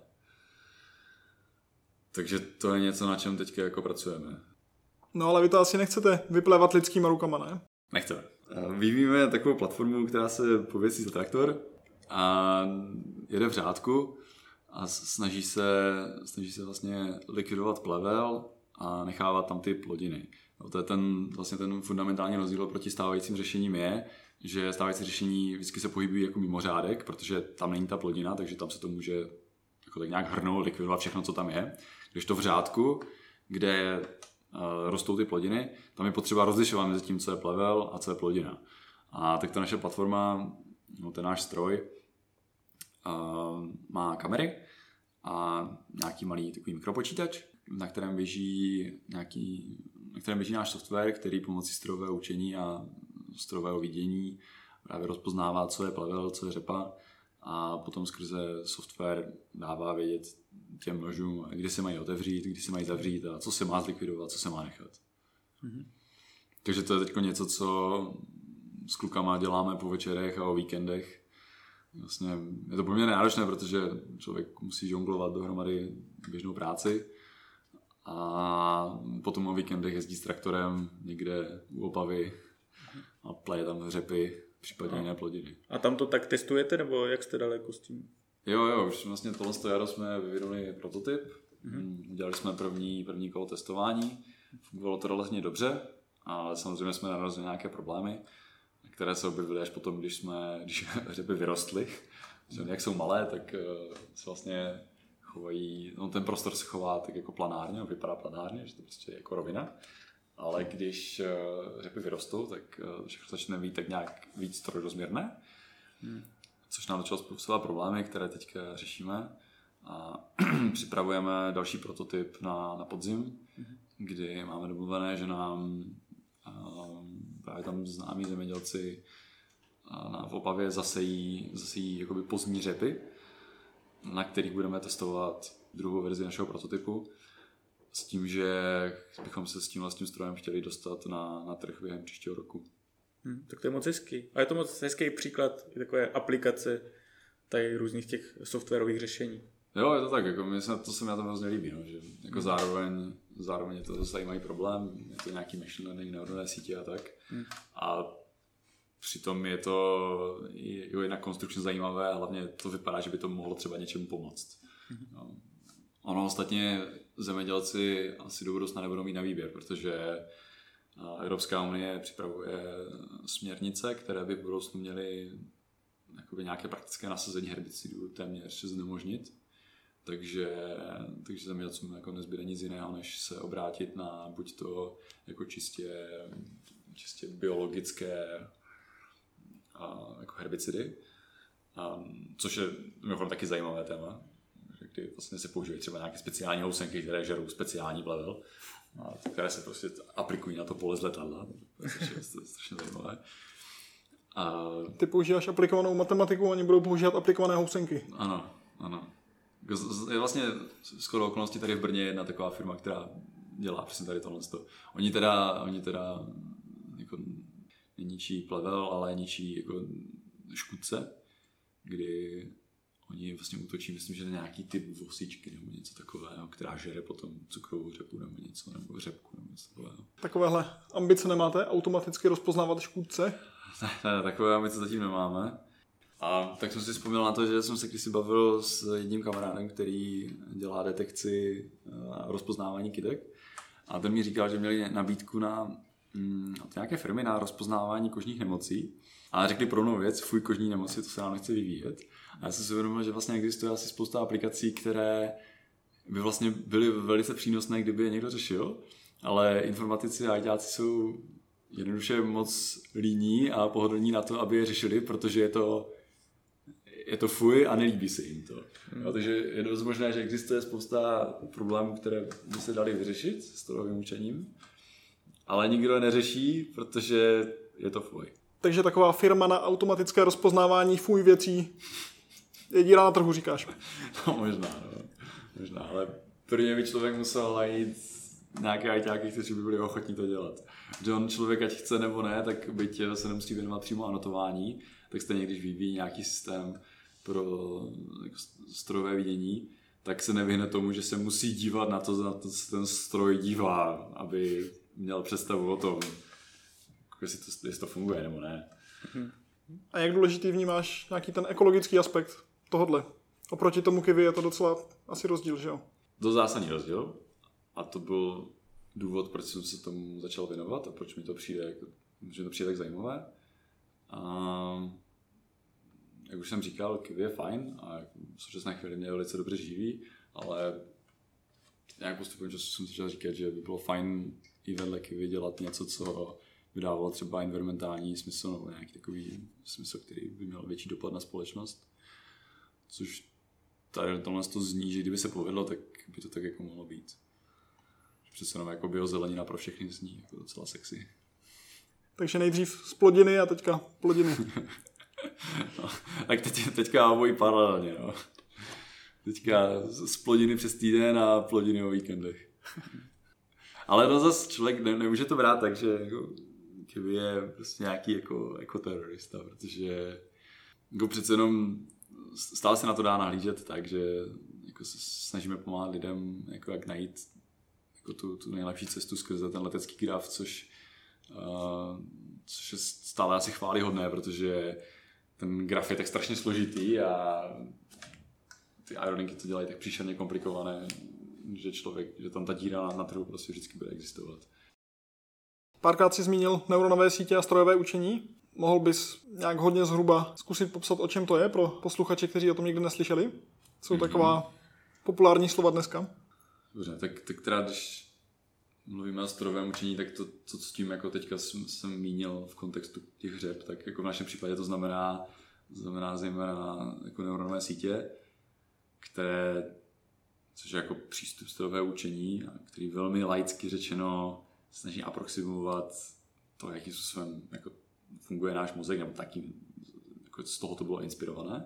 Takže to je něco, na čem teďka jako pracujeme. No ale vy to asi nechcete vyplévat lidskýma rukama, ne? Nechceme. Vyvíjíme takovou platformu, která se pověsí za traktor a jede v řádku a snaží se vlastně likvidovat plevel a nechávat tam ty plodiny. To je ten fundamentální rozdíl proti stávajícím řešením je, že stávající řešení vždycky se pohybují jako mimo řádek, protože tam není ta plodina, takže tam se to může jako tak nějak hrnout, likvidovat všechno, co tam je. Když to v řádku, kde rostou ty plodiny, tam je potřeba rozlišovat mezi tím, co je plevel a co je plodina. A tak ta naše platforma, ten náš stroj, má kamery a nějaký malý takový mikropočítač, na kterém běží náš software, který pomocí strojového učení a strojového vidění právě rozpoznává, co je plevel, co je řepa a potom skrze software dává vědět těm nožům, kdy se mají otevřít, kdy se mají zavřít a co se má zlikvidovat, co se má nechat. Mm-hmm. Takže to je teď něco, co s klukama děláme po večerech a o víkendech. Vlastně je to poměrně náročné, protože člověk musí žonglovat dohromady běžnou práci a potom o víkendech jezdí s traktorem někde u Opavy a pleje tam řepy, případně jiné plodiny. A tam to tak testujete, nebo jak jste daleko s tím? Jo, už vlastně tohle jaro jsme vyvinuli prototyp, udělali jsme první kolo testování, fungovalo to relativně dobře, ale samozřejmě jsme narazili nějaké problémy, které se objevily až potom, když řepy vyrostly. Jak jsou malé, tak se vlastně chovají, ten prostor se chová tak jako planárně, vypadá planárně, že to prostě je jako rovina. Ale když řepy vyrostou, tak všechno začne být tak nějak víc trojrozměrné, což nám začalo způsobovat problémy, které teďka řešíme. A připravujeme další prototyp na podzim, kdy máme domluvené, že nám právě tam známí zemědělci v Opavě zasejí jakoby pozdní řepy, na kterých budeme testovat druhou verzi našeho prototypu, s tím, že bychom se s tím vlastním strojem chtěli dostat na trh během příštího roku. Tak to je moc hezký. A je to moc hezký příklad takové aplikace tady různých těch softwarových řešení. Jo, je to tak, jako to se mi na tom hrozně líbí, no, že jako zároveň je to zajímavý problém, je to nějaký machine learning, neuronové sítě a tak. A přitom je to jednak konstrukčně zajímavé a hlavně to vypadá, že by to mohlo třeba něčemu pomoct. No. Ono ostatně zemědělci asi do budoucna nebudou mít na výběr, protože Evropská unie připravuje směrnice, které by v budoucnu měly nějaké praktické nasazení herbicidů téměř znemožnit. Takže zemědělcům jako nezbyde nic jiného, než se obrátit na buď to jako čistě biologické jako herbicidy, což je mimochodem taky zajímavé téma, kdy vlastně se používají třeba nějaké speciální housenky, které žerou speciální plevel, které se prostě aplikují na to pole z letadla. To je strašně zajímavé. Ty používáš aplikovanou matematiku, oni budou používat aplikované housenky. Ano. Je vlastně skoro okolností tady v Brně jedna taková firma, která dělá přesně tady tohle. Oni teda jako ničí plevel, ale ničí jako škůdce, kdy oni vlastně útočí, myslím, že na nějaký typ vosičky nebo něco takového, která žere potom cukrovou řepu nebo něco, nebo řepku nebo něco takového. Takovéhle ambice nemáte? Automaticky rozpoznávat škůdce? Ne, takové ambice zatím nemáme. A tak jsem si vzpomněl na to, že jsem se kdysi bavil s jedním kamarádem, který dělá detekci a rozpoznávání kytek. A ten mi říkal, že měli nabídku na nějaké firmy na rozpoznávání kožních nemocí. A řekli pro mnou věc, fuj, kožní nemoci, to se nám nechce vyvíjet. A já jsem si uvědomil, že vlastně existuje asi spousta aplikací, které by vlastně byly velice přínosné, kdyby je někdo řešil. Ale informatici a ajťáci jsou jednoduše moc líní a pohodlní na to, aby je řešili, protože je to fuj a nelíbí se jim to. No, takže je dost možné, že existuje spousta problémů, které by se daly vyřešit s strojovým učením, ale nikdo je neřeší, protože je to fuj. Takže taková firma na automatické rozpoznávání fuj věcí je díra na trhu, říkáš? No možná, ale prvně by člověk musel najít nějaké ajťáky, kteří by byli ochotní to dělat. Že on člověk, ať chce nebo ne, tak byť se nemusí věnovat přímo anotování, tak stejně když vyvíjí nějaký systém pro jako strojové vidění, tak se nevyhne tomu, že se musí dívat na to se ten stroj dívá, aby měl představu o tom, jestli to funguje nebo ne. A jak důležitý vnímáš nějaký ten ekologický aspekt tohodle? Oproti tomu kiwi je to docela asi rozdíl, že jo? To zásadní rozdíl. A to byl důvod, proč jsem se tomu začal věnovat a proč mi to přijde, že to přijde tak zajímavé. A jak už jsem říkal, kiwi je fajn a v současné chvíli mě velice dobře živí, ale nějak postupem času jsem začal říkat, že by bylo fajn i vedle kiwi dělat něco, co by dávalo třeba environmentální smysl nebo nějaký takový smysl, který by měl větší dopad na společnost. Což tady tohle to zní, že kdyby se povedlo, tak by to tak jako mohlo být. Přece jenom jako biozelenina pro všechny zní jako docela sexy. Takže nejdřív z plodiny a teďka plodiny. No, tak teďka obojí paralelně. No. Teďka z plodiny přes týden a plodiny o víkendech. Ale to zase člověk nemůže to brát tak, že jako, kiwi je prostě nějaký jako terorista, protože jako přece jenom stále se na to dá nahlížet tak, že jako se snažíme pomáhat lidem, jako jak najít jako tu nejlepší cestu skrze ten letecký graf, což je stále asi chvályhodné, protože ten graf je tak strašně složitý a ty aerolinky to dělají tak příšerně komplikované, že tam ta díra na trhu prostě vždycky bude existovat. Párkrát si zmínil neuronové sítě a strojové učení. Mohl bys nějak hodně zhruba zkusit popsat, o čem to je pro posluchače, kteří o tom nikdy neslyšeli? Jsou taková populární slova dneska. Dobře, tak teda když mluvíme o strojovém učení, tak to, co s tím jako teďka jsem mínil v kontextu těch řep, tak jako v našem případě to znamená zejména jako neuronové sítě, což je jako přístup strojového učení, který velmi laicky řečeno snaží aproximovat to, jakým způsobem jako funguje náš mozek, nebo taky jako z toho to bylo inspirované.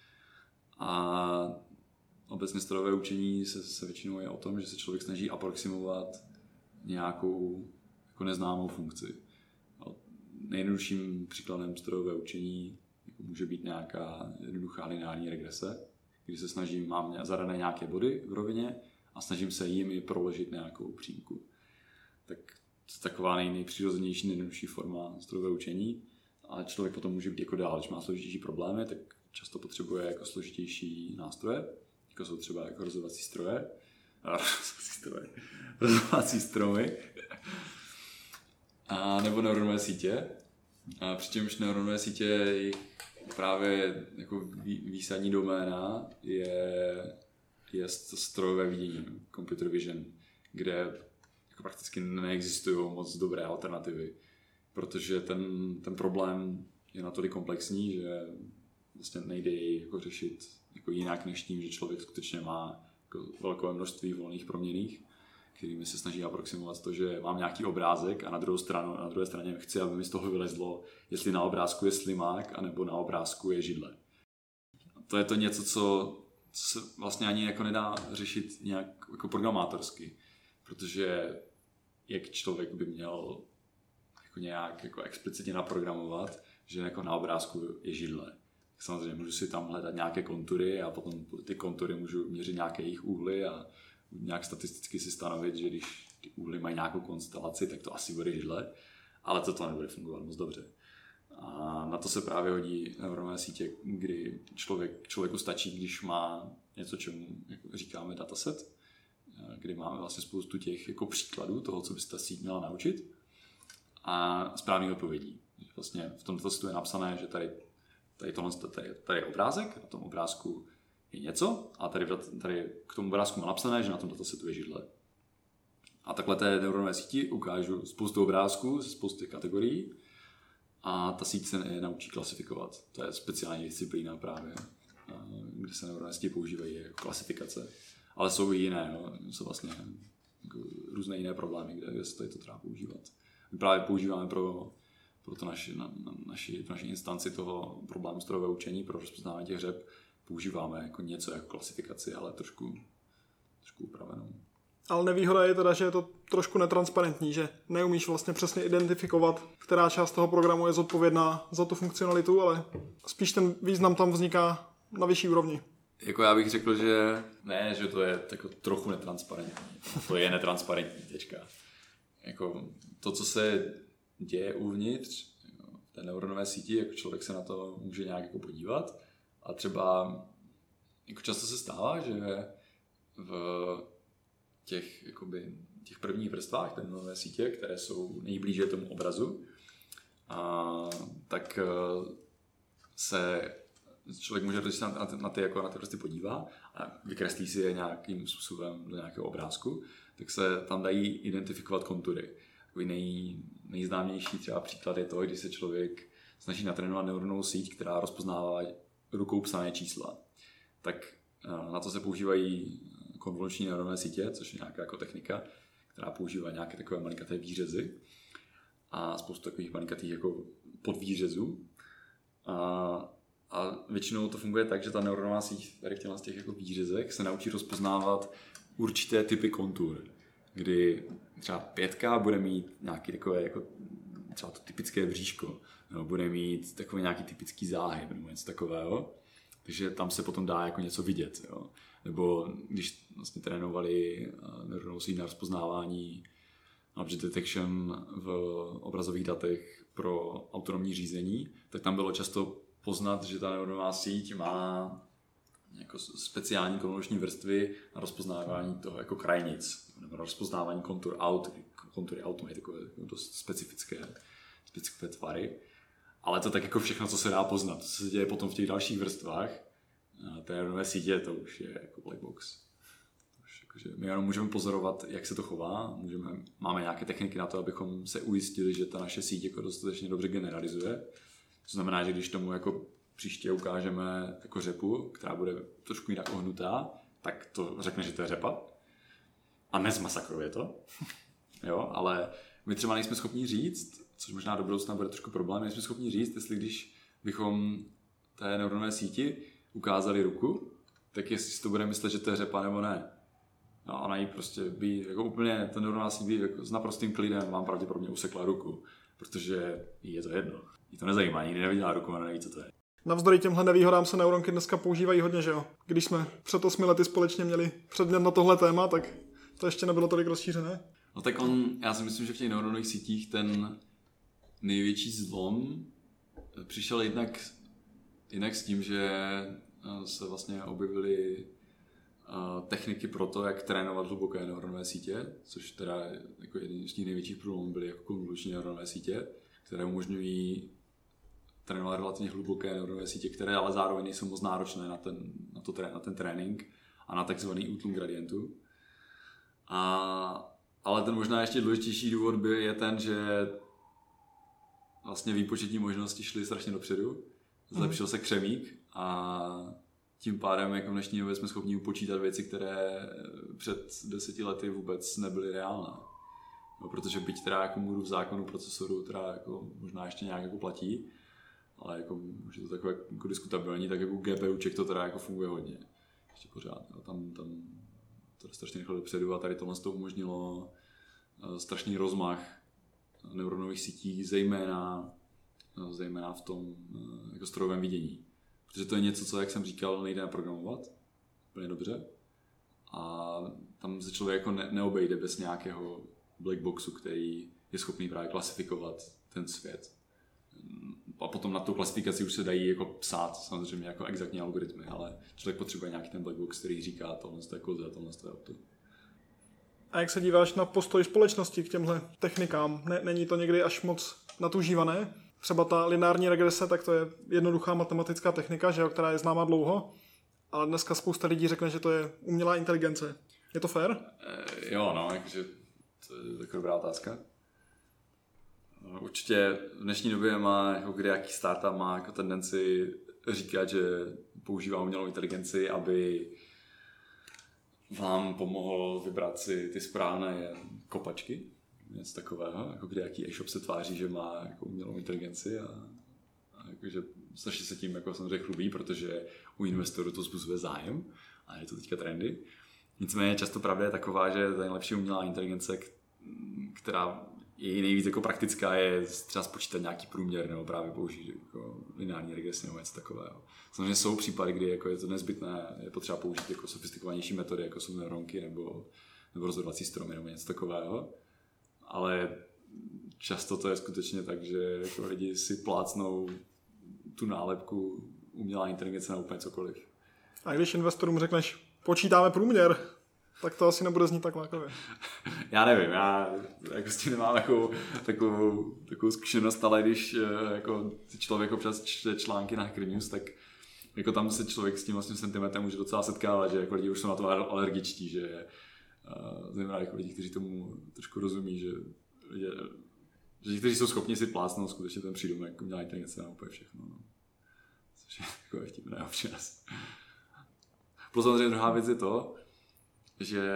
A obecně strojové učení se většinou je o tom, že se člověk snaží aproximovat nějakou jako neznámou funkci. Nejjednodušším příkladem strojového učení jako může být nějaká jednoduchá lineární regrese, kdy se snažím, mám zadané nějaké body v rovině a snažím se jimi proložit nějakou přímku. Tak to je taková nejpřirozenější, nejjednodušší forma strojového učení, ale člověk potom může být jako dál. Když má složitější problémy, tak často potřebuje jako složitější nástroje, jako jsou třeba jako rozhodovací stroje, rozhodovací stromy, a nebo neuronové sítě. A přičemž neuronové sítě je právě jako výsadní doména je strojové vidění, computer vision, kde jako prakticky neexistují moc dobré alternativy, protože ten problém je natolik komplexní, že vlastně nejde jej jako řešit jako jinak než tím, že člověk skutečně má jako velké množství volných proměnných, kterými se snaží aproximovat to, že mám nějaký obrázek a na druhé straně chci, aby mi z toho vylezlo, jestli na obrázku je slimák, anebo na obrázku je židle. To je to něco, co se vlastně ani jako nedá řešit nějak jako programátorsky, protože jak člověk by měl jako nějak jako explicitně naprogramovat, že jako na obrázku je židle. Samozřejmě můžu si tam hledat nějaké kontury a potom ty kontury můžu měřit nějaké jejich úhly a nějak statisticky si stanovit, že když ty úhly mají nějakou konstelaci, tak to asi bude židle, ale to nebude fungovat moc dobře. A na to se právě hodí neuronové sítě, kdy člověku stačí, když má něco, čemu jako říkáme dataset, kdy máme vlastně spoustu těch jako příkladů toho, co by se ta síť měla naučit a správných odpovědí. Vlastně v tom testu je napsané, že tady je obrázek, na tom obrázku je něco a tady k tomu obrázku má napsané, že na tom datasetu je židle. A takhle té neuronové síti ukážu spoustu obrázků ze spousty kategorií a ta síť se naučí klasifikovat. To je speciální disciplína právě, kde se neuronové sítě používají jako klasifikace. Ale jsou i jiné, jsou vlastně jako různé jiné problémy, kde se to třeba používat. My právě používáme pro to naši instanci toho problému strojového učení, pro rozpoznávání těch řep, používáme jako něco jako klasifikaci, ale trošku upravenou. Ale nevýhoda je teda, že je to trošku netransparentní, že neumíš vlastně přesně identifikovat, která část toho programu je zodpovědná za tu funkcionalitu, ale spíš ten význam tam vzniká na vyšší úrovni. Jako já bych řekl, že ne, že to je jako trochu netransparentní. To je netransparentní, tečka. Jako to, co se děje uvnitř v té neuronové síti, jako člověk se na to může nějak jako podívat a třeba jako často se stává, že v těch prvních vrstvách té neuronové sítě, které jsou nejblíže tomu obrazu, tak se člověk může, když se na ty vrstvy podívá a vykreslí si je nějakým způsobem do nějakého obrázku, tak se tam dají identifikovat kontury. Takový nejznámější třeba příklad je to, když se člověk snaží natrénovat neuronovou síť, která rozpoznává rukou psané čísla. Tak na to se používají konvoluční neuronové sítě, což je nějaká jako technika, která používá nějaké takové malinkaté výřezy a spoustu takových malinkatých jako podvýřezů. A většinou to funguje tak, že ta neuronová síť tady v těch jako výřezech se naučí rozpoznávat určité typy kontur, kdy třeba 5 bude mít nějaký takové jako třeba to typické bříško, nebo bude mít takový nějaký typický záhyb nebo něco takového, takže tam se potom dá jako něco vidět. Jo. Nebo když vlastně trénovali neuronovou síť na rozpoznávání object detection v obrazových datech pro autonomní řízení, tak tam bylo často poznat, že ta neuronová síť má jako speciální konvoluční vrstvy na rozpoznávání toho jako krajnic, nebo na rozpoznávání kontury autu mají takové dost specifické tvary. Ale to tak jako všechno, co se dá poznat. Co se děje potom v těch dalších vrstvách té neuronové sítě, to už je jako black box. My jenom můžeme pozorovat, jak se to chová, máme nějaké techniky na to, abychom se ujistili, že ta naše síť jako dostatečně dobře generalizuje. To znamená, že když tomu jako příště ukážeme jako řepu, která bude trošku jinak ohnutá, tak to řekne, že to je řepa. A nezmasakruje to. Jo, ale my třeba nejsme schopni říct, což možná do budoucna bude trošku problém, nejsme schopni říct, jestli když bychom té neuronové síti ukázali ruku, tak jestli si to bude myslet, že to je řepa nebo ne. No, ona jí prostě by jako úplně, ta neuronová síť by jako s naprostým klidem vám pravděpodobně usekla ruku, protože jí je to jedno. Jí to nezajímá, nikdy neviděla ruku, ona neví, co to je. Navzdory těmhle nevýhodám se neuronky dneska používají hodně, že jo? Když jsme před 8 lety společně měli předmět na tohle téma, tak to ještě nebylo tolik rozšířené. No tak já si myslím, že v těch neuronových sítích ten největší zlom přišel jednak s tím, že se vlastně objevily techniky pro to, jak trénovat hluboké neuronové sítě, což teda jako jeden z těch největších problémů byly jako konvoluční neuronové sítě, které umožňují trénovat relativně hluboké neuronové sítě, které ale zároveň nejsou moc náročné na ten trénink a na takzvaný útlum gradientu. Ale ten možná ještě důležitější důvod je ten, že vlastně výpočetní možnosti šly strašně dopředu, zlepšil se křemík a tím pádem jako v dnešní době jsme schopni upočítat věci, které před 10 lety vůbec nebyly reálné. No, protože byť teda jako můru v zákonu procesoru teda jako možná ještě nějak jako platí, ale jako už je to takové jako diskutabilní, tak jako GPUček to teda jako funguje hodně. Ještě pořád. Jo. Tam to je strašně rychle dopředu a tady tohle to umožnilo strašný rozmach neuronových sítí, zejména v tom jako strojovém vidění. Protože to je něco, co, jak jsem říkal, nejde naprogramovat úplně dobře. A tam se člověk jako neobejde bez nějakého black boxu, který je schopný právě klasifikovat ten svět. A potom na tu klasifikaci už se dají jako psát samozřejmě jako exaktní algoritmy, ale člověk potřebuje nějaký ten black box, který říká tohle je koze, tohle je opto. A jak se díváš na postoj společnosti k těmhle technikám? Není to někdy až moc natužívané? Třeba ta lineární regrese, tak to je jednoduchá matematická technika, že jo, která je známá dlouho, ale dneska spousta lidí řekne, že to je umělá inteligence. Je to fair? Jo, no, jakože to je taková dobrá otázka. Určitě v dnešní době má, jako kde jaký startup má jako tendenci říkat, že používá umělou inteligenci, aby vám pomohl vybrat si ty správné kopačky. Něco takového, jako kde jaký e-shop se tváří, že má jako umělou inteligenci a jakože strašně se tím jako samozřejmě chlubí, protože u investorů to způsobuje zájem a je to teďka trendy. Nicméně často pravda je taková, že ta nejlepší umělá inteligence, která je nejvíc jako praktická, je třeba spočítat nějaký průměr nebo právě použít jako lineární regresi nebo něco takového. Samozřejmě jsou případy, kdy jako je to nezbytné, je potřeba použít jako sofistikovanější metody, jako jsou neuronky nebo rozhodovací stromy nebo něco takového. Ale často to je skutečně tak, že jako lidi si plácnou tu nálepku umělá inteligence na úplně cokoliv. A když investorům řekneš, počítáme průměr, tak to asi nebude znít tak lákavě. Já nevím, já jako s tím nemám takovou zkušenost, ale když jako člověk občas čte články na Hacker News, tak jako tam se člověk s tím vlastně sentimentem může docela setkávat, že jako lidi už jsou na to alergičtí, že zejména jako lidi, kteří tomu trošku rozumí, že ti, kteří jsou schopni si plácnout skutečně ten přídomek umělá inteligence na úplně všechno. No. Což je takové vtipné občas. Plus samozřejmě druhá věc je to, že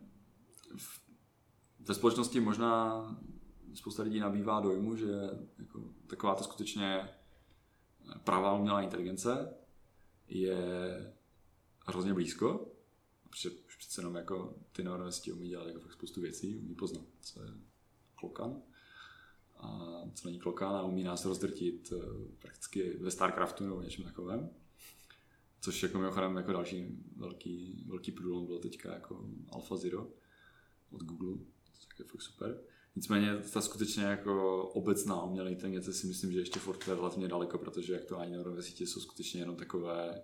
ve společnosti možná spousta lidí nabývá dojmu, že jako taková to skutečně pravá umělá inteligence je hrozně blízko, protože už přece jenom jako ty neuronové sítě umí dělat jako fakt spoustu věcí, umí poznat, co je klokan a co není klokan a umí nás rozdrtit prakticky ve StarCraftu nebo něčem takovém. Což jako mimochodem jako další velký průlom bylo teďka jako AlphaZero od Google, to je fakt super. Nicméně ta skutečně jako obecná umělá inteligence si myslím, že ještě furt je relativně daleko, protože aktuální neuronové sítě jsou skutečně jenom takové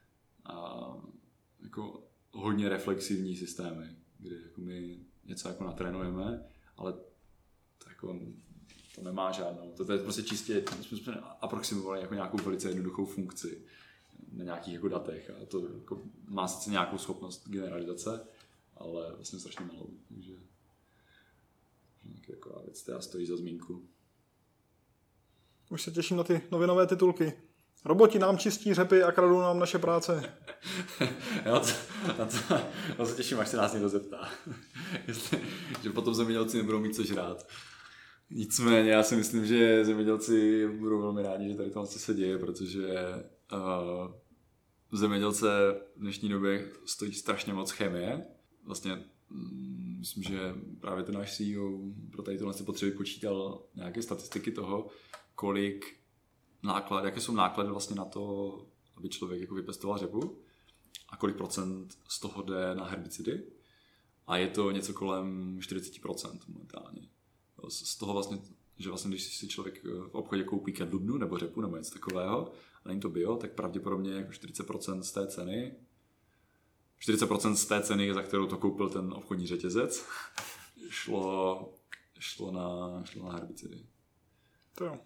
jako hodně reflexivní systémy, kde jako my něco jako natrénujeme, ale to jako to nemá žádnou. To je prostě čistě, jsme aproximovali jako nějakou velice jednoduchou funkci na nějakých jako datech a to jako má sice nějakou schopnost generalizace, ale vlastně strašně malou, takže taková věc, která stojí za zmínku. Už se těším na ty novinové titulky. Roboti nám čistí řepy a kradou nám naše práce. Na to se těším, až se nás někdo zeptá. Že potom zemědělci nebudou mít co žrát. Nicméně já si myslím, že zemědělci budou velmi rádi, že tady tohle se děje, protože zemědělce v dnešní době stojí strašně moc chemie. Vlastně myslím, že právě ten náš CEO pro tady tohle potřeby počítal nějaké statistiky toho, jaké jsou náklady vlastně na to, aby člověk jako vypěstoval řepu a kolik procent z toho jde na herbicidy. A je to něco kolem 40% momentálně. Z toho vlastně, že vlastně když si člověk v obchodě koupí kadlubnu nebo řepu nebo něco takového a není to bio, tak pravděpodobně jako 40% z té ceny 40% z té ceny, za kterou to koupil ten obchodní řetězec, šlo na herbicidy. To jo.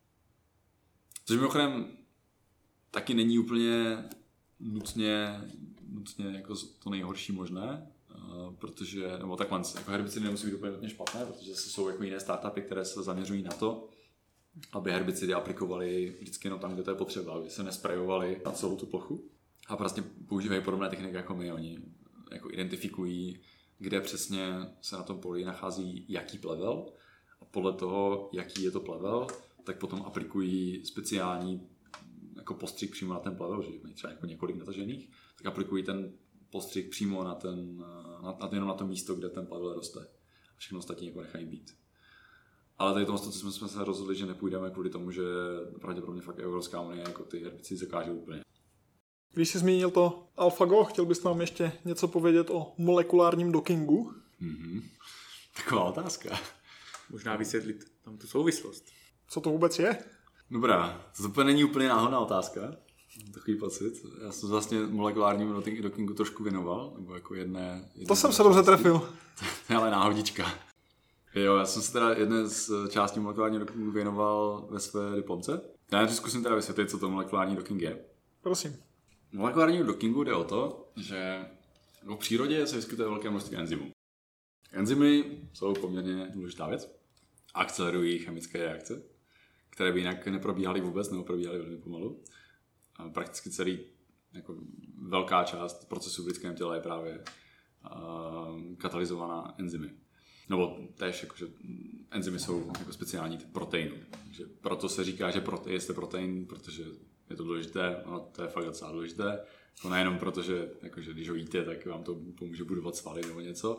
Což mimochodem taky není úplně nutně jako to nejhorší možné, protože, nebo takhle, jako herbicidy nemusí být úplně nutně špatné, protože jsou jako jiné startupy, které se zaměřují na to, aby herbicidy aplikovali vždycky jenom tam, kde to je potřeba, aby se nesprejovali na celou tu plochu. A prostě používají podobné techniky jako my. Oni jako identifikují, kde přesně se na tom poli nachází jaký plevel a podle toho, jaký je to plevel, tak potom aplikují speciální jako postřik přímo na ten plevel, že mají třeba jako několik natažených, tak aplikují ten postřik přímo jenom na to místo, kde ten plevel roste. A všechno ostatní jako nechají být. Ale tady tomu jsme se rozhodli, že nepůjdeme kvůli tomu, že pravděpodobně fakt Evropská unie jako ty herbicidy zakáže úplně. Když jsi zmínil to AlphaGo, chtěl bys nám ještě něco povědět o molekulárním dockingu? Taková otázka. Možná vysvětlit tam tu souvislost. Co to vůbec je? Dobrá, to úplně není úplně náhodná otázka. Takový pocit. Já jsem vlastně molekulárnímu dockingu trošku věnoval, nebo jako jedné to jsem se dobře trefil. To je ale náhodička. Jo, já jsem se teda jedné z částí molekulárního dockingu věnoval ve své diplomce. Já zkusím teda vysvětlit, co to molekulární docking je. Prosím. V molekulárním dockingu jde o to, že v přírodě se vyskytuje velké množství enzymů. Enzymy jsou poměrně důležitá věc. Akcelerují chemické reakce, které by jinak neprobíhaly vůbec, nebo probíhaly velmi pomalu. A prakticky jako velká část procesu v lidském těle je právě katalyzovaná enzymy. Nebo též, jakože enzymy jsou jako speciální typ proteinů. Takže proto se říká, že jeste protein, protože je to důležité, no to je fakt docela důležité. To nejenom proto, že jakože, když ho jíte, tak vám to pomůže budovat svaly nebo něco,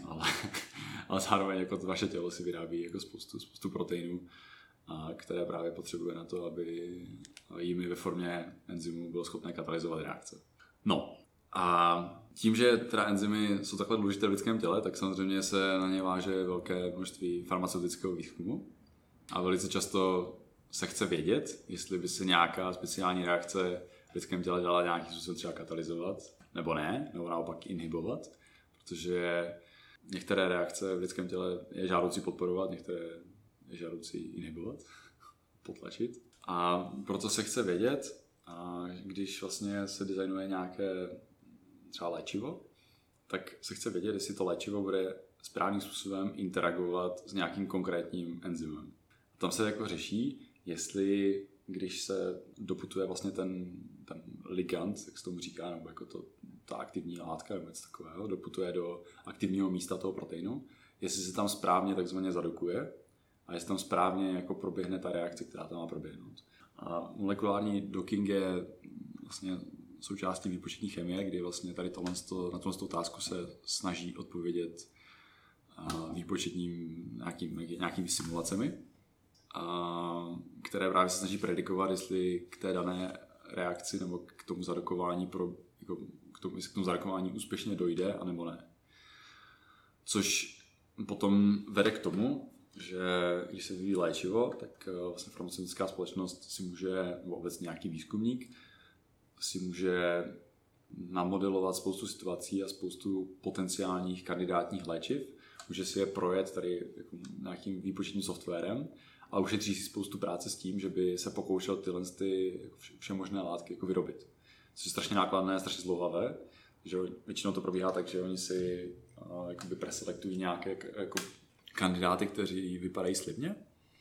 ale zároveň jako vaše tělo si vyrábí jako spoustu proteinů, které právě potřebuje na to, aby jimi ve formě enzymů bylo schopné katalyzovat reakce. No a tím, že teda enzymy jsou takhle důležité v lidském těle, tak samozřejmě se na ně váže velké množství farmaceutického výzkumu a velice často se chce vědět, jestli by se nějaká speciální reakce v lidském těle dala nějakým způsobem třeba katalyzovat, nebo ne, nebo naopak inhibovat, protože některé reakce v lidském těle je žádoucí podporovat, některé je žádoucí inhibovat, potlačit. A proto se chce vědět, a když vlastně se designuje nějaké třeba léčivo, tak se chce vědět, jestli to léčivo bude správným způsobem interagovat s nějakým konkrétním enzymem. Tam se jako řeší, jestli když se doputuje vlastně ten ligand, jak se tomu říká, nebo jako ta aktivní látka nebo něco takového, doputuje do aktivního místa toho proteinu, jestli se tam správně takzvaně zadokuje a jestli tam správně jako proběhne ta reakce, která tam má proběhnout. A molekulární docking je vlastně součástí výpočetní chemie, kdy vlastně tady na tuhle otázku se snaží odpovědět výpočetním nějakými simulacemi, které právě se snaží predikovat, jestli k té dané reakci nebo k tomu zadokování k tomu zadokování úspěšně dojde, anebo ne. Což potom vede k tomu, že když se vyvíjí léčivo, tak vlastně farmaceutická společnost si může, nebo obecně nějaký výzkumník, si může namodelovat spoustu situací a spoustu potenciálních kandidátních léčiv. Může si je projet tady jako nějakým výpočetním softwarem a ušetří si spoustu práce s tím, že by se pokoušel tyhle vše možné látky jako vyrobit. Což je strašně nákladné, strašně zdlouhavé. Že většinou to probíhá tak, že oni si preselektují nějaké jako kandidáty, kteří vypadají slibně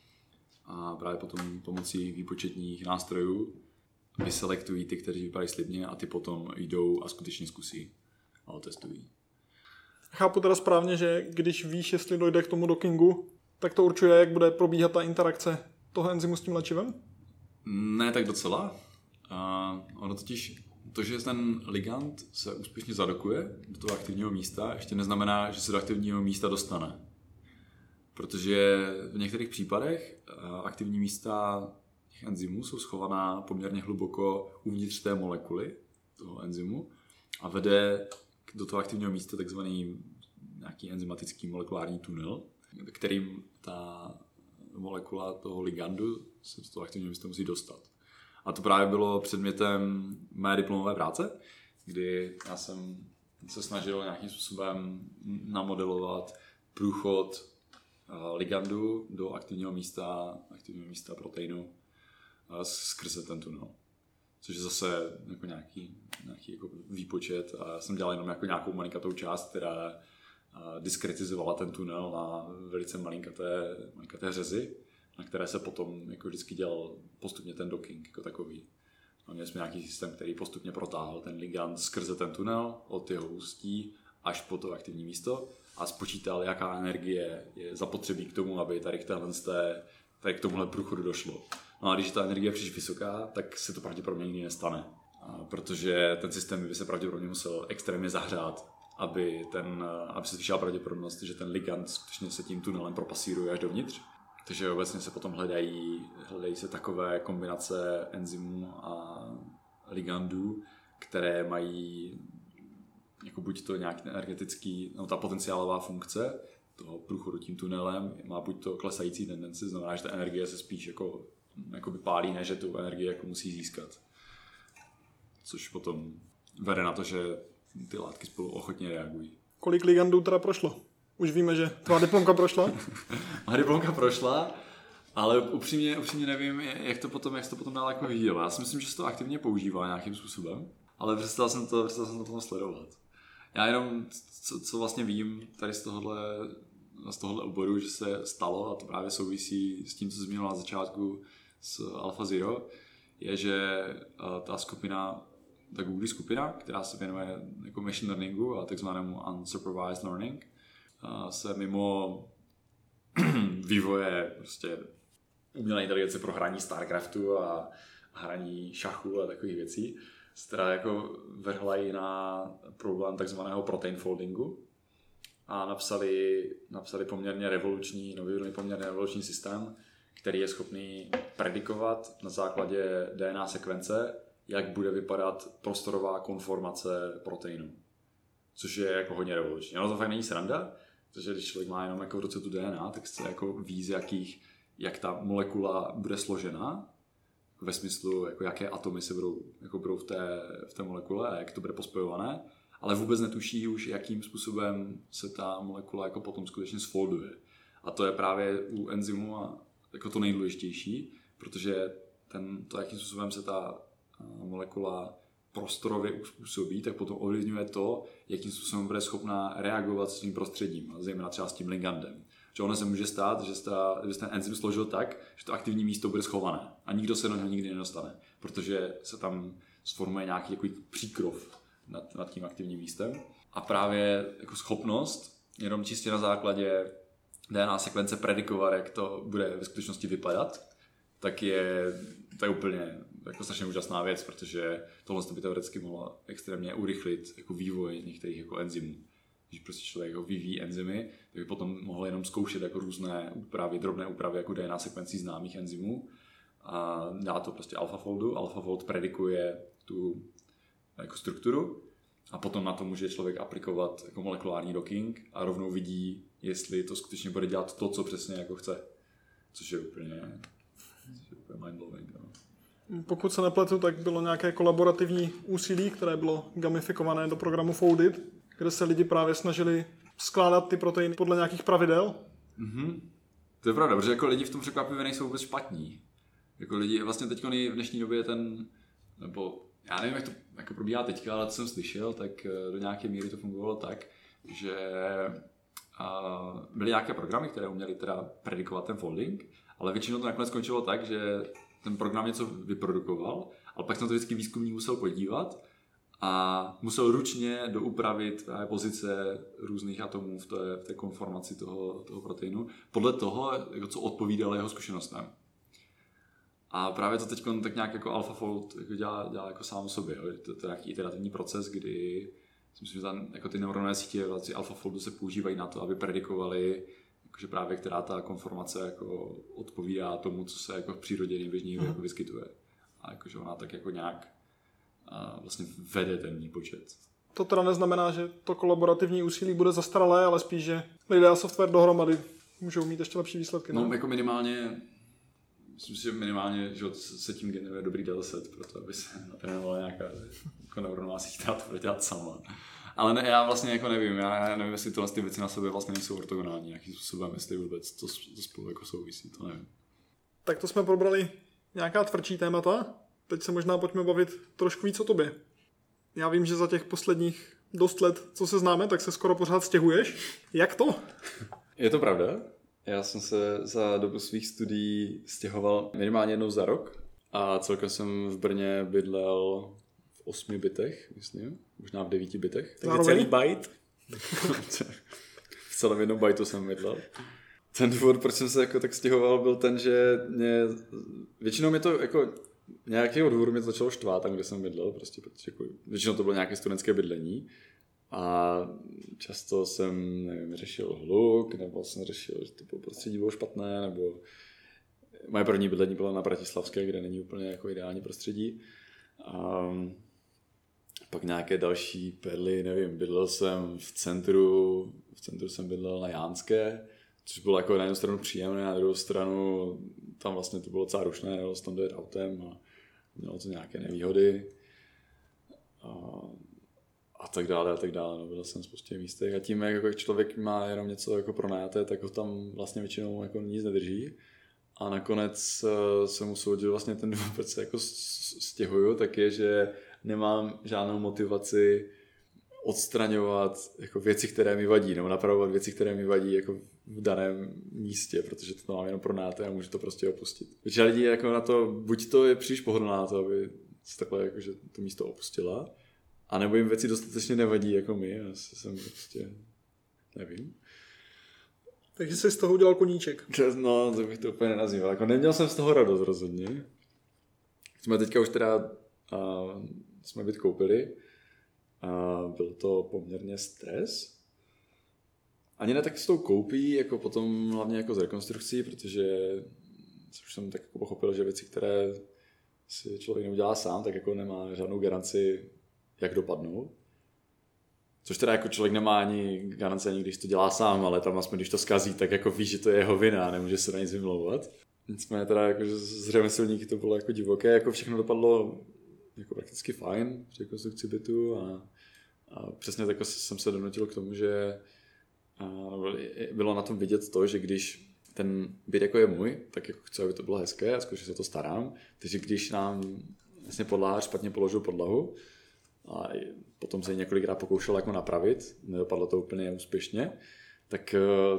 a právě potom pomocí výpočetních nástrojů vyselektují ty, kteří vypadají slibně a ty potom jdou a skutečně zkusí a otestují. Chápu teda správně, že když víš, jestli dojde k tomu dockingu, tak to určuje, jak bude probíhat ta interakce toho enzymu s tím léčivem? Ne, tak docela. Ono totiž to, že ten ligand se úspěšně zadokuje do toho aktivního místa, ještě neznamená, že se do aktivního místa dostane. Protože v některých případech aktivní místa těch enzymů jsou schovaná poměrně hluboko uvnitř té molekuly toho enzymu a vede do toho aktivního místa takzvaný nějaký enzymatický molekulární tunel, kterým ta molekula toho ligandu se do toho aktivního místa musí dostat. A to právě bylo předmětem mé diplomové práce, kdy já jsem se snažil nějakým způsobem namodelovat průchod ligandu do aktivního místa proteinu skrze ten tunel. Což je zase jako nějaký jako výpočet a já jsem dělal jenom jako nějakou malinkatou část, která diskretizovala ten tunel na velice malinkaté řezy, na které se potom jako vždycky dělal postupně ten docking jako takový. A měli jsme nějaký systém, který postupně protáhl ten ligand skrze ten tunel od jeho ústí až po to aktivní místo a spočítal, jaká energie je zapotřebí k tomu, aby tady k tomuhle průchodu došlo. No a když je ta energie příliš vysoká, tak se to pravděpodobně nikdy nestane. Protože ten systém by se pravděpodobně musel extrémně zahřát, aby se zvýšila pravděpodobnost, že ten ligand skutečně se tím tunelem propasíruje až dovnitř. Takže obecně se potom hledají se takové kombinace enzymů a ligandů, které mají jako buď to nějaký energetický, no ta potenciálová funkce toho průchodu tím tunelem má buď to klesající tendenci, znamená, že ta energie se spíš jako pálí, než že tu energii jako musí získat. Což potom vede na to, že ty látky spolu ochotně reagují. Kolik ligandů teda prošlo? Už víme, že tvá diplomka prošla? Má diplomka prošla, ale upřímně nevím, jak to potom dál jako vyvíjelo. Já si myslím, že se to aktivně používá nějakým způsobem, ale přestal jsem to potom sledovat. Já jenom, co vlastně vím tady z tohohle oboru, že se stalo, a to právě souvisí s tím, co zmínil na začátku s AlphaZero, je, že ta Google skupina, která se věnuje jako machine learningu a takzvanému unsupervised learning, se mimo vývoje prostě umělé inteligence pro hraní StarCraftu a hraní šachu a takových věcí, se teda jako vrhla i na problém takzvaného protein foldingu a napsali poměrně revoluční systém, který je schopný predikovat na základě DNA sekvence, jak bude vypadat prostorová konformace proteinu. Což je jako hodně revoluční. Ono to fakt není sranda, protože když člověk má jenom jako v ruce tu DNA, tak se jako ví, jak ta molekula bude složena, ve smyslu, jako jaké atomy se budou v té molekule a jak to bude pospojované, ale vůbec netuší už, jakým způsobem se ta molekula jako potom skutečně sfolduje. A to je právě u enzymu jako to nejdůležitější, protože to, jakým způsobem se ta molekula prostorově uspůsobí, tak potom ovlivňuje to, jakým způsobem bude schopná reagovat s tím prostředím, zejména třeba s tím ligandem. Že ono se může stát, že se ten enzym složil tak, že to aktivní místo bude schované a nikdo se do něho nikdy nedostane, protože se tam sformuje nějaký jako příkrov nad tím aktivním místem. A právě jako schopnost, jenom čistě na základě DNA sekvence predikovat, jak to bude ve skutečnosti vypadat, tak to je úplně jako strašně úžasná věc, protože tohle by teoreticky mohlo extrémně urychlit jako vývoj některých jako enzymů. Když prostě člověk jako vyvíjí enzymy, tak by potom mohl jenom zkoušet jako různé úpravy, drobné úpravy jako DNA sekvencí známých enzymů a dá to prostě AlphaFoldu. AlphaFold predikuje tu jako strukturu a potom na to může člověk aplikovat jako molekulární docking a rovnou vidí, jestli to skutečně bude dělat to, co přesně jako chce. Což je úplně mindblowing. No. Pokud se nepletu, tak bylo nějaké kolaborativní úsilí, které bylo gamifikované do programu Foldit, kde se lidi právě snažili skládat ty proteiny podle nějakých pravidel. Mm-hmm. To je pravda, protože jako lidi v tom překvapivě nejsou vůbec špatní. Jako lidi, vlastně teď v dnešní době nebo já nevím, jak to jako probíhá teďka, ale co jsem slyšel, tak do nějaké míry to fungovalo tak, že byly nějaké programy, které uměly teda predikovat ten folding, ale většinou to nakonec skončilo tak, že ten program něco vyprodukoval, ale pak se na to vždycky výzkumník musel podívat a musel ručně doupravit pozice různých atomů v té konformaci toho proteinu podle toho, jako co odpovídalo jeho zkušenostem. A právě to teď tak nějak jako AlphaFold jako dělá jako sám sobě. To je nějaký iterativní proces, kdy myslím, že jako ty neuronové sítě vlastně AlphaFoldu se používají na to, aby predikovali, jakože právě která ta konformace jako odpovídá tomu, co se jako v přírodě nejběžněji jako vyskytuje. A jakože ona tak jako nějak vlastně vede ten výpočet. To teda neznamená, že to kolaborativní úsilí bude zastaralé, ale spíš, že lidé a software dohromady můžou mít ještě lepší výsledky. No, jako minimálně, myslím si, že minimálně, že se tím generuje dobrý dataset, proto aby se natrénovala nějaká jako neuronová síť, která to bude dělat sama. Ale ne, já vlastně jako nevím, já nevím, jestli tohle ty věci na sebe vlastně nejsou ortogonální nějakým způsobem, jestli vůbec to spolu jako souvisí, to nevím. Tak to jsme probrali nějaká tvrdší témata. Teď se možná pojďme bavit trošku víc o tobě. Já vím, že za těch posledních dost let, co se známe, tak se skoro pořád stěhuješ. Jak to? Je to pravda. Já jsem se za dobu svých studií stěhoval minimálně jednou za rok a celkem jsem v Brně bydlel v 8 bytech, myslím, možná v 9 bytech. Takže celý byte? V celém jednom bytu jsem bydlel. Ten důvod, proč jsem se jako tak stěhoval, byl ten, že většinou mě to jako nějakého důvodu mě to začalo štvát tam, kde jsem bydlel, prostě, protože jako, většinou to bylo nějaké studentské bydlení a často jsem, nevím, řešil hluk, nebo jsem řešil, že to prostředí bylo špatné, nebo moje první bydlení bylo na Bratislavské, kde není úplně jako ideální prostředí. A pak nějaké další perly, nevím, bydlel jsem v centru jsem bydlel na Jánské, což bylo jako na jednu stranu příjemné, na druhou stranu tam vlastně to bylo docela rušné, nedalo se tam dojet autem a mělo to nějaké nevýhody a tak dále. No, byl jsem v spoustě místech a tím, jak člověk má jenom něco jako pronajaté, tak ho tam vlastně většinou jako nic nedrží. A nakonec jsem mu soudil vlastně ten důvod, proč se jako stěhuju, tak je, že nemám žádnou motivaci odstraňovat jako věci, které mi vadí, nebo napravovat věci, které mi vadí jako v daném místě, protože to mám jenom pronáté a můžu to prostě opustit. Většina lidí jako na to, buď to je příliš pohodlná na to, aby se takhle jako, že to místo opustila, anebo jim věci dostatečně nevadí jako my, já jsem prostě nevím. Takže jsi z toho udělal koníček. No, to bych to úplně nenazýval. Jako neměl jsem z toho radost rozhodně. Jsme teďka už teda jsme byt koupili a byl to poměrně stres. Ani ne tak s tou koupí, jako potom hlavně jako s rekonstrukcí, protože už jsem tak jako pochopil, že věci, které si člověk neudělá sám, tak jako nemá žádnou garanci, jak dopadnou. Což teda jako člověk nemá ani garanci, ani když to dělá sám, ale tam aspoň když to zkazí, tak jako ví, že to je jeho vina a nemůže se na nic vymlouvat. Nicméně teda jako, že s řemeslníky to bylo jako divoké, jako všechno dopadlo jako prakticky fajn při rekonstrukci bytu a přesně tak jsem se donutil k tomu, že bylo na tom vidět to, že když ten byt jako je můj, tak jako chci, aby to bylo hezké a skutečně se to starám. Takže když nám vlastně podlahář špatně položil podlahu a potom se několikrát pokoušel jako napravit, nedopadlo to úplně úspěšně, tak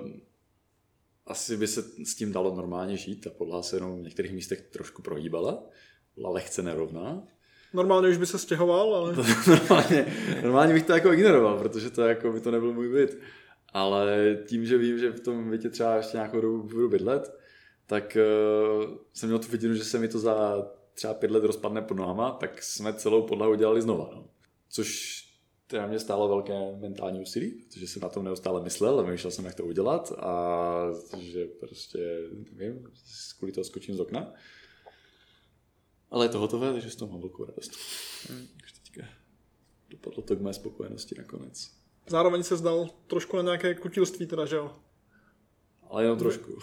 asi by se s tím dalo normálně žít. Ta podlaha se jenom v některých místech trošku prohýbala, byla lehce nerovná. Normálně už by se stěhoval, ale... normálně bych to jako ignoroval, protože to jako by to nebyl můj byt. Ale tím, že vím, že v tom bytě třeba ještě nějakou dobu budu bydlet, tak jsem měl tu vidinu, že se mi to za třeba 5 let rozpadne pod nohama, tak jsme celou podlahu dělali znova. No. Což teda mě stálo velké mentální úsilí, protože jsem na tom neustále myslel a vymýšlel jsem, jak to udělat a že prostě, nevím, kvůli toho skočím z okna. Ale je to hotové, takže z toho mám velkou radost. Už teďka dopadlo to k mé spokojenosti nakonec. Zároveň se zdal trošku na nějaké kutilství teda, že jo? Ale jenom trošku.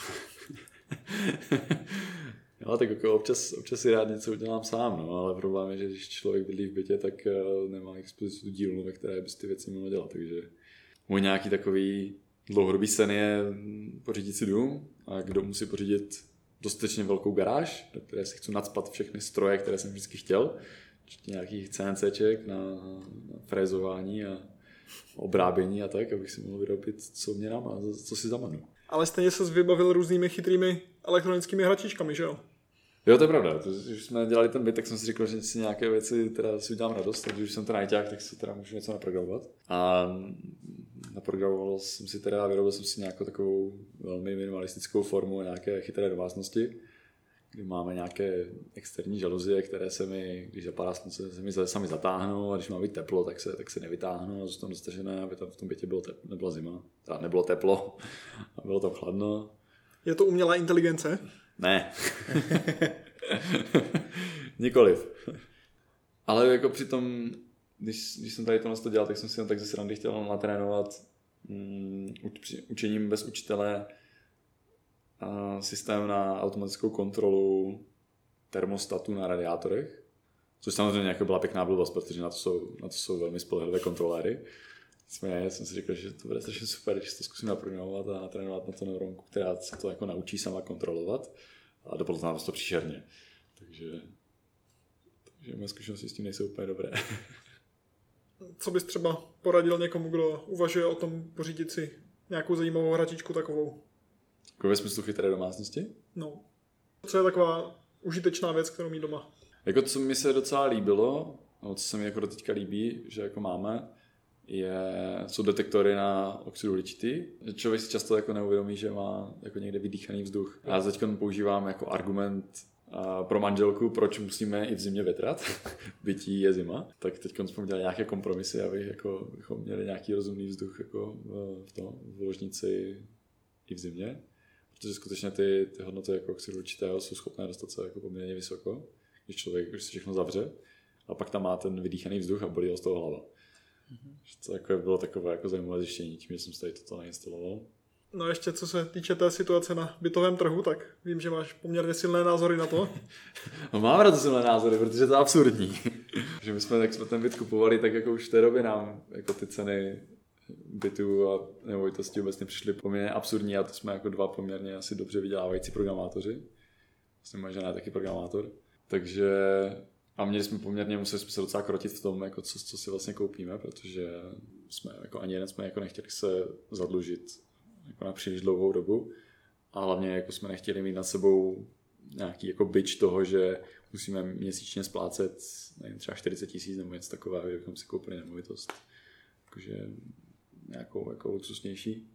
Jo, tak jako občas si rád něco udělám sám, no, ale problém je, že když člověk bydlí v bytě, tak nemá k dispozici tu dílnu, ve které bys ty věci měl dělat, takže můj nějaký takový dlouhodobý sen je pořídit si dům a kdo musí pořídit dostatečně velkou garáž, do které si chci nacpat všechny stroje, které jsem vždycky chtěl, nějakých CNCček na frézování a obrábění a tak, abych si mohl vyrobit, co mě nám a co si zamanu. Ale stejně ses vybavil různými chytrými elektronickými hračičkami, že jo? Jo, to je pravda. Když jsme dělali ten byt, tak jsem si říkal, že si nějaké věci teda si udělám radost, takže když jsem ten ajťák, tak si teda můžu něco naprogramovat. A naprogramoval jsem si teda, vyrobil jsem si nějakou takovou velmi minimalistickou formu nějaké chytré domácnosti, kdy máme nějaké externí žaluzie, které se mi, když zapadá slunce, se mi sami zatáhnou a když má být teplo, tak se nevytáhnou a zůstanou dostažené, aby tam v tom bytě nebyla zima. Teda nebylo teplo a bylo tam chladno. Je to umělá inteligence? Ne. Nikoliv. Ale jako přitom, když jsem tady tohle dělal, tak jsem si jen tak ze srandy chtěl natrénovat učením bez učitele systém na automatickou kontrolu termostatu na radiátorech. Což samozřejmě jako byla pěkná blbost, protože na to jsou velmi spolehlivé kontroléry. Já jsem si říkal, že to bude strašně super, když to zkusím naprogramovat a natrénovat na to neuronku, která se to jako naučí sama kontrolovat. A dopadlo nám to příšerně. Takže moje zkušenosti s tím nejsou úplně dobré. Co bys třeba poradil někomu, kdo uvažuje o tom pořídit si nějakou zajímavou hračičku takovou? Jako ve smyslu chytré domácnosti? No. Co je taková užitečná věc, kterou mít doma? Jako co mi se docela líbilo, no, co se mi jako doteďka líbí, že jako máme, jsou detektory na oxid uhličitý. Člověk si často jako neuvědomí, že má jako někde vydýchaný vzduch. Já teď používám jako argument pro manželku, proč musíme i v zimě větrat, bytí je zima. Tak teď jsme udělali nějaké kompromisy, abychom měli nějaký rozumný vzduch jako v ložnici i v zimě. Protože skutečně ty hodnoty jako oxidu uhličitého jsou schopné dostat se jako poměrně vysoko, když člověk si všechno zavře a pak tam má ten vydýchaný vzduch a bolí ho z toho hlava. To jako bylo takové jako zajímavé zjištění, tím, že jsem si tady toto nainstaloval. No ještě co se týče té situace na bytovém trhu, tak vím, že máš poměrně silné názory na to. No mám na to silné názory, protože to je absurdní. Že my jsme ten byt kupovali, tak jako už v té době nám jako ty ceny bytů a nemovitosti obecně přišly poměrně absurdní a to jsme jako dva poměrně asi dobře vydělávající programátoři. Vlastně moje žena je taky programátor. Takže a museli jsme se docela krotit v tom, jako co si vlastně koupíme, protože jsme jako ani jeden jsme jako nechtěli se zadlužit jako na příliš dlouhou dobu a hlavně jako jsme nechtěli mít nad sebou nějaký jako bič toho, že musíme měsíčně splácet nevím, třeba 40 000 nebo něco takového, kdybychom si koupili nemovitost. Jakože nějakou jako luxusnější.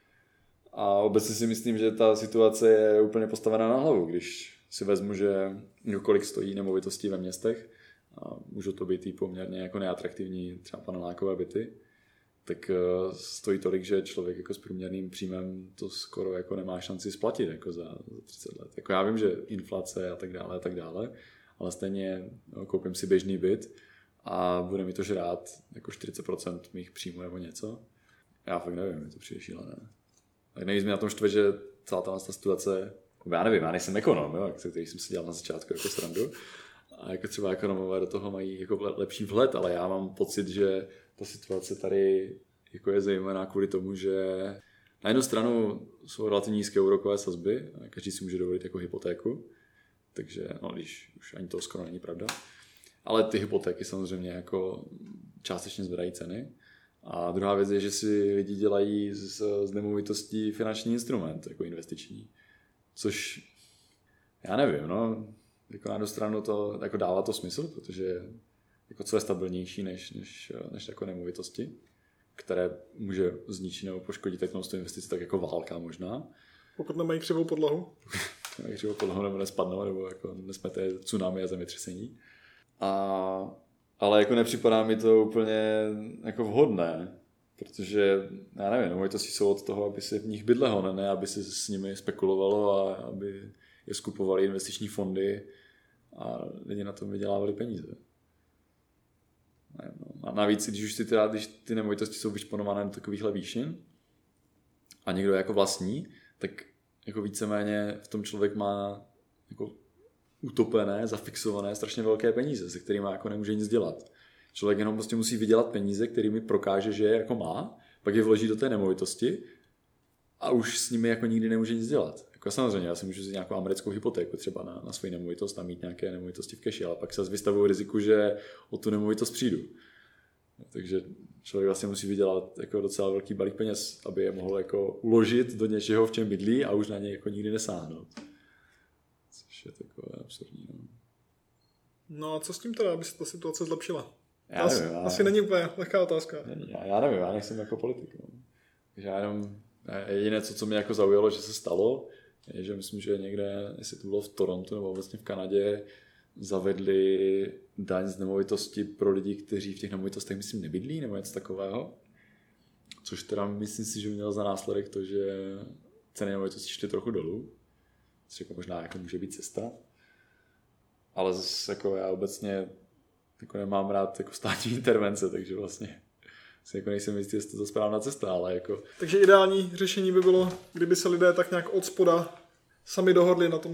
A obecně si myslím, že ta situace je úplně postavená na hlavu, když si vezmu, že kolik stojí nemovitosti ve městech a můžou to být i poměrně jako neatraktivní třeba panelákové byty, tak stojí tolik, že člověk jako s průměrným příjmem to skoro jako nemá šanci splatit jako za 30 let. Jako já vím, že inflace a tak dále, ale stejně koupím si běžný byt a bude mi to žrát jako 40% mých příjmů nebo něco. Já fakt nevím, je to příliš šílené. Tak nejvíc mi na tom štve, že celá ta situace, já nevím, já nejsem ekonom, jo, který jsem si dělal na začátku jako srandu. A jako třeba ekonomové do toho mají jako lepší vhled, ale já mám pocit, že ta situace tady jako je zejména kvůli tomu, že na jednu stranu jsou relativně nízké úrokové sazby, každý si může dovolit jako hypotéku, takže no, když už ani to skoro není pravda. Ale ty hypotéky samozřejmě jako částečně zvedají ceny. A druhá věc je, že si lidi dělají z nemovitostí finanční instrument, jako investiční. Což já nevím, no, jako na jednu stranu to jako dává to smysl, protože jako co je stabilnější než jako nemovitosti, které může zničit nebo poškodit tak investici, tak jako válka možná. Pokud nemají křivou podlahu. Nemají křivou podlahu nebo nespadnou, nebo jako nesmete tsunami a zemětřesení. Ale jako nepřipadá mi to úplně jako vhodné, protože já nevím, nemovitosti jsou od toho, aby se v nich bydlelo, ne aby se s nimi spekulovalo a aby je skupovali investiční fondy a lidi na tom vydělávali peníze. A navíc, když ty nemovitosti jsou vyšponované do takovýchhle výšin a někdo je jako vlastní, tak jako víceméně v tom člověk má jako utopené, zafixované strašně velké peníze, se kterými jako nemůže nic dělat. Člověk jenom prostě musí vydělat peníze, kterými prokáže, že je jako má, pak je vloží do té nemovitosti a už s nimi jako nikdy nemůže nic dělat. Jako samozřejmě, já si můžu vzít nějakou americkou hypotéku třeba na svoji nemovitost a mít nějaké nemovitosti v keši, ale pak se vystavuju riziku, že o tu nemovitost přijdu. Takže člověk vlastně musí vydělat jako docela velký balík peněz, aby je mohl jako uložit do něčeho, v čem bydlí a už na něj jako nikdy nesáhnout. Což je takové absurdní. No a co s tím teda, aby se ta situace zlepšila? Asi není úplně lehká otázka. Já nevím, já nejsem jako politik. No. Takže já jenom jediné, co mě jako zaujalo, že se stalo, je, že myslím, že někde, jestli to bylo v Torontu nebo vlastně v Kanadě, zavedli daň z nemovitosti pro lidi, kteří v těch nemovitostech, myslím, nebydlí nebo něco takového. Což teda myslím si, že mělo za následek to, že ceny nemovitosti šly trochu dolů. Což jako možná jako může být cesta. Ale zase jako já obecně jako nemám rád jako státní intervence, takže vlastně si jako nejsem jistý, jestli to správná cesta, ale jako... Takže ideální řešení by bylo, kdyby se lidé tak nějak od spoda sami dohodli na tom,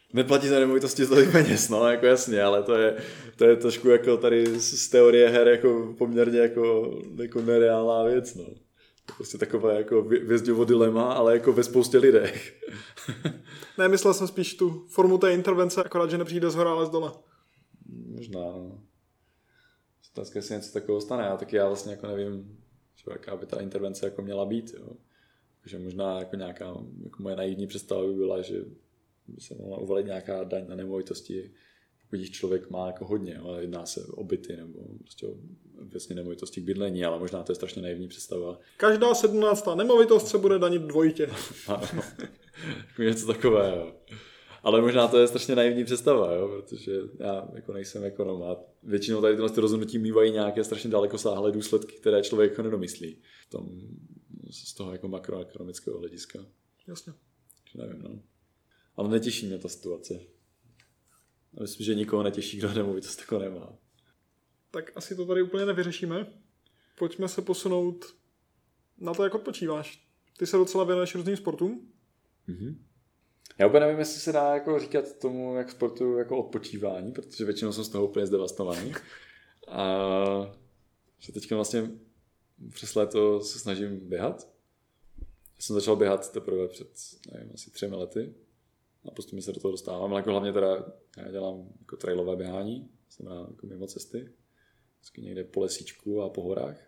Neplatí za nemovitosti tolik peněz, no, jako jasně, ale to je trošku jako tady z teorie her jako poměrně jako nereálná věc, no. To je prostě takové jako Hvězdovo dilema, ale jako ve spoustě lidech. Ne, myslel jsem spíš tu formu té intervence, akorát, že nepřijde z hora, ale z dole. Možná, no. Otázka, jestli něco takového stane, a taky já vlastně jako nevím, jaká by ta intervence jako měla být, jo. Takže možná jako nějaká jako moje naivní představa by byla, že by se mohla uvalit nějaká daň na nemovitosti, pokud jich člověk má jako hodně, ale jedná se o byty nebo prostě vlastně nemovitosti k bydlení, ale možná to je strašně naivní představa. Každá 17. nemovitost se bude danit dvojitě. Ano, jako něco takového. Ale možná to je strašně naivní představa, jo? Protože já jako nejsem ekonom a většinou tady tyhle rozhodnutí mývají nějaké strašně dalekosáhlé důsledky, které člověk jako nedomyslí. Z toho jako makroekonomického hlediska. Jasně. Nevím, no. Ale netěší mě ta situace. A myslím, že nikoho netěší, kdo nemovitost jako nemá. Tak asi to tady úplně nevyřešíme. Pojďme se posunout na to, jak odpočíváš. Ty se docela věnuješ různým sportům. Mhm. Já úplně nevím, jestli se dá jako říkat tomu, jak sportu jako odpočívání, protože většinou jsem z toho úplně zdevastovaný. A že teďka vlastně přes léto se snažím běhat. Já jsem začal běhat teprve před, nevím, asi 3 lety. A postupně se do toho dostávám, ale jako hlavně teda já dělám jako trailové běhání, znamená jako mimo cesty. Vždycky někde po lesíčku a po horách.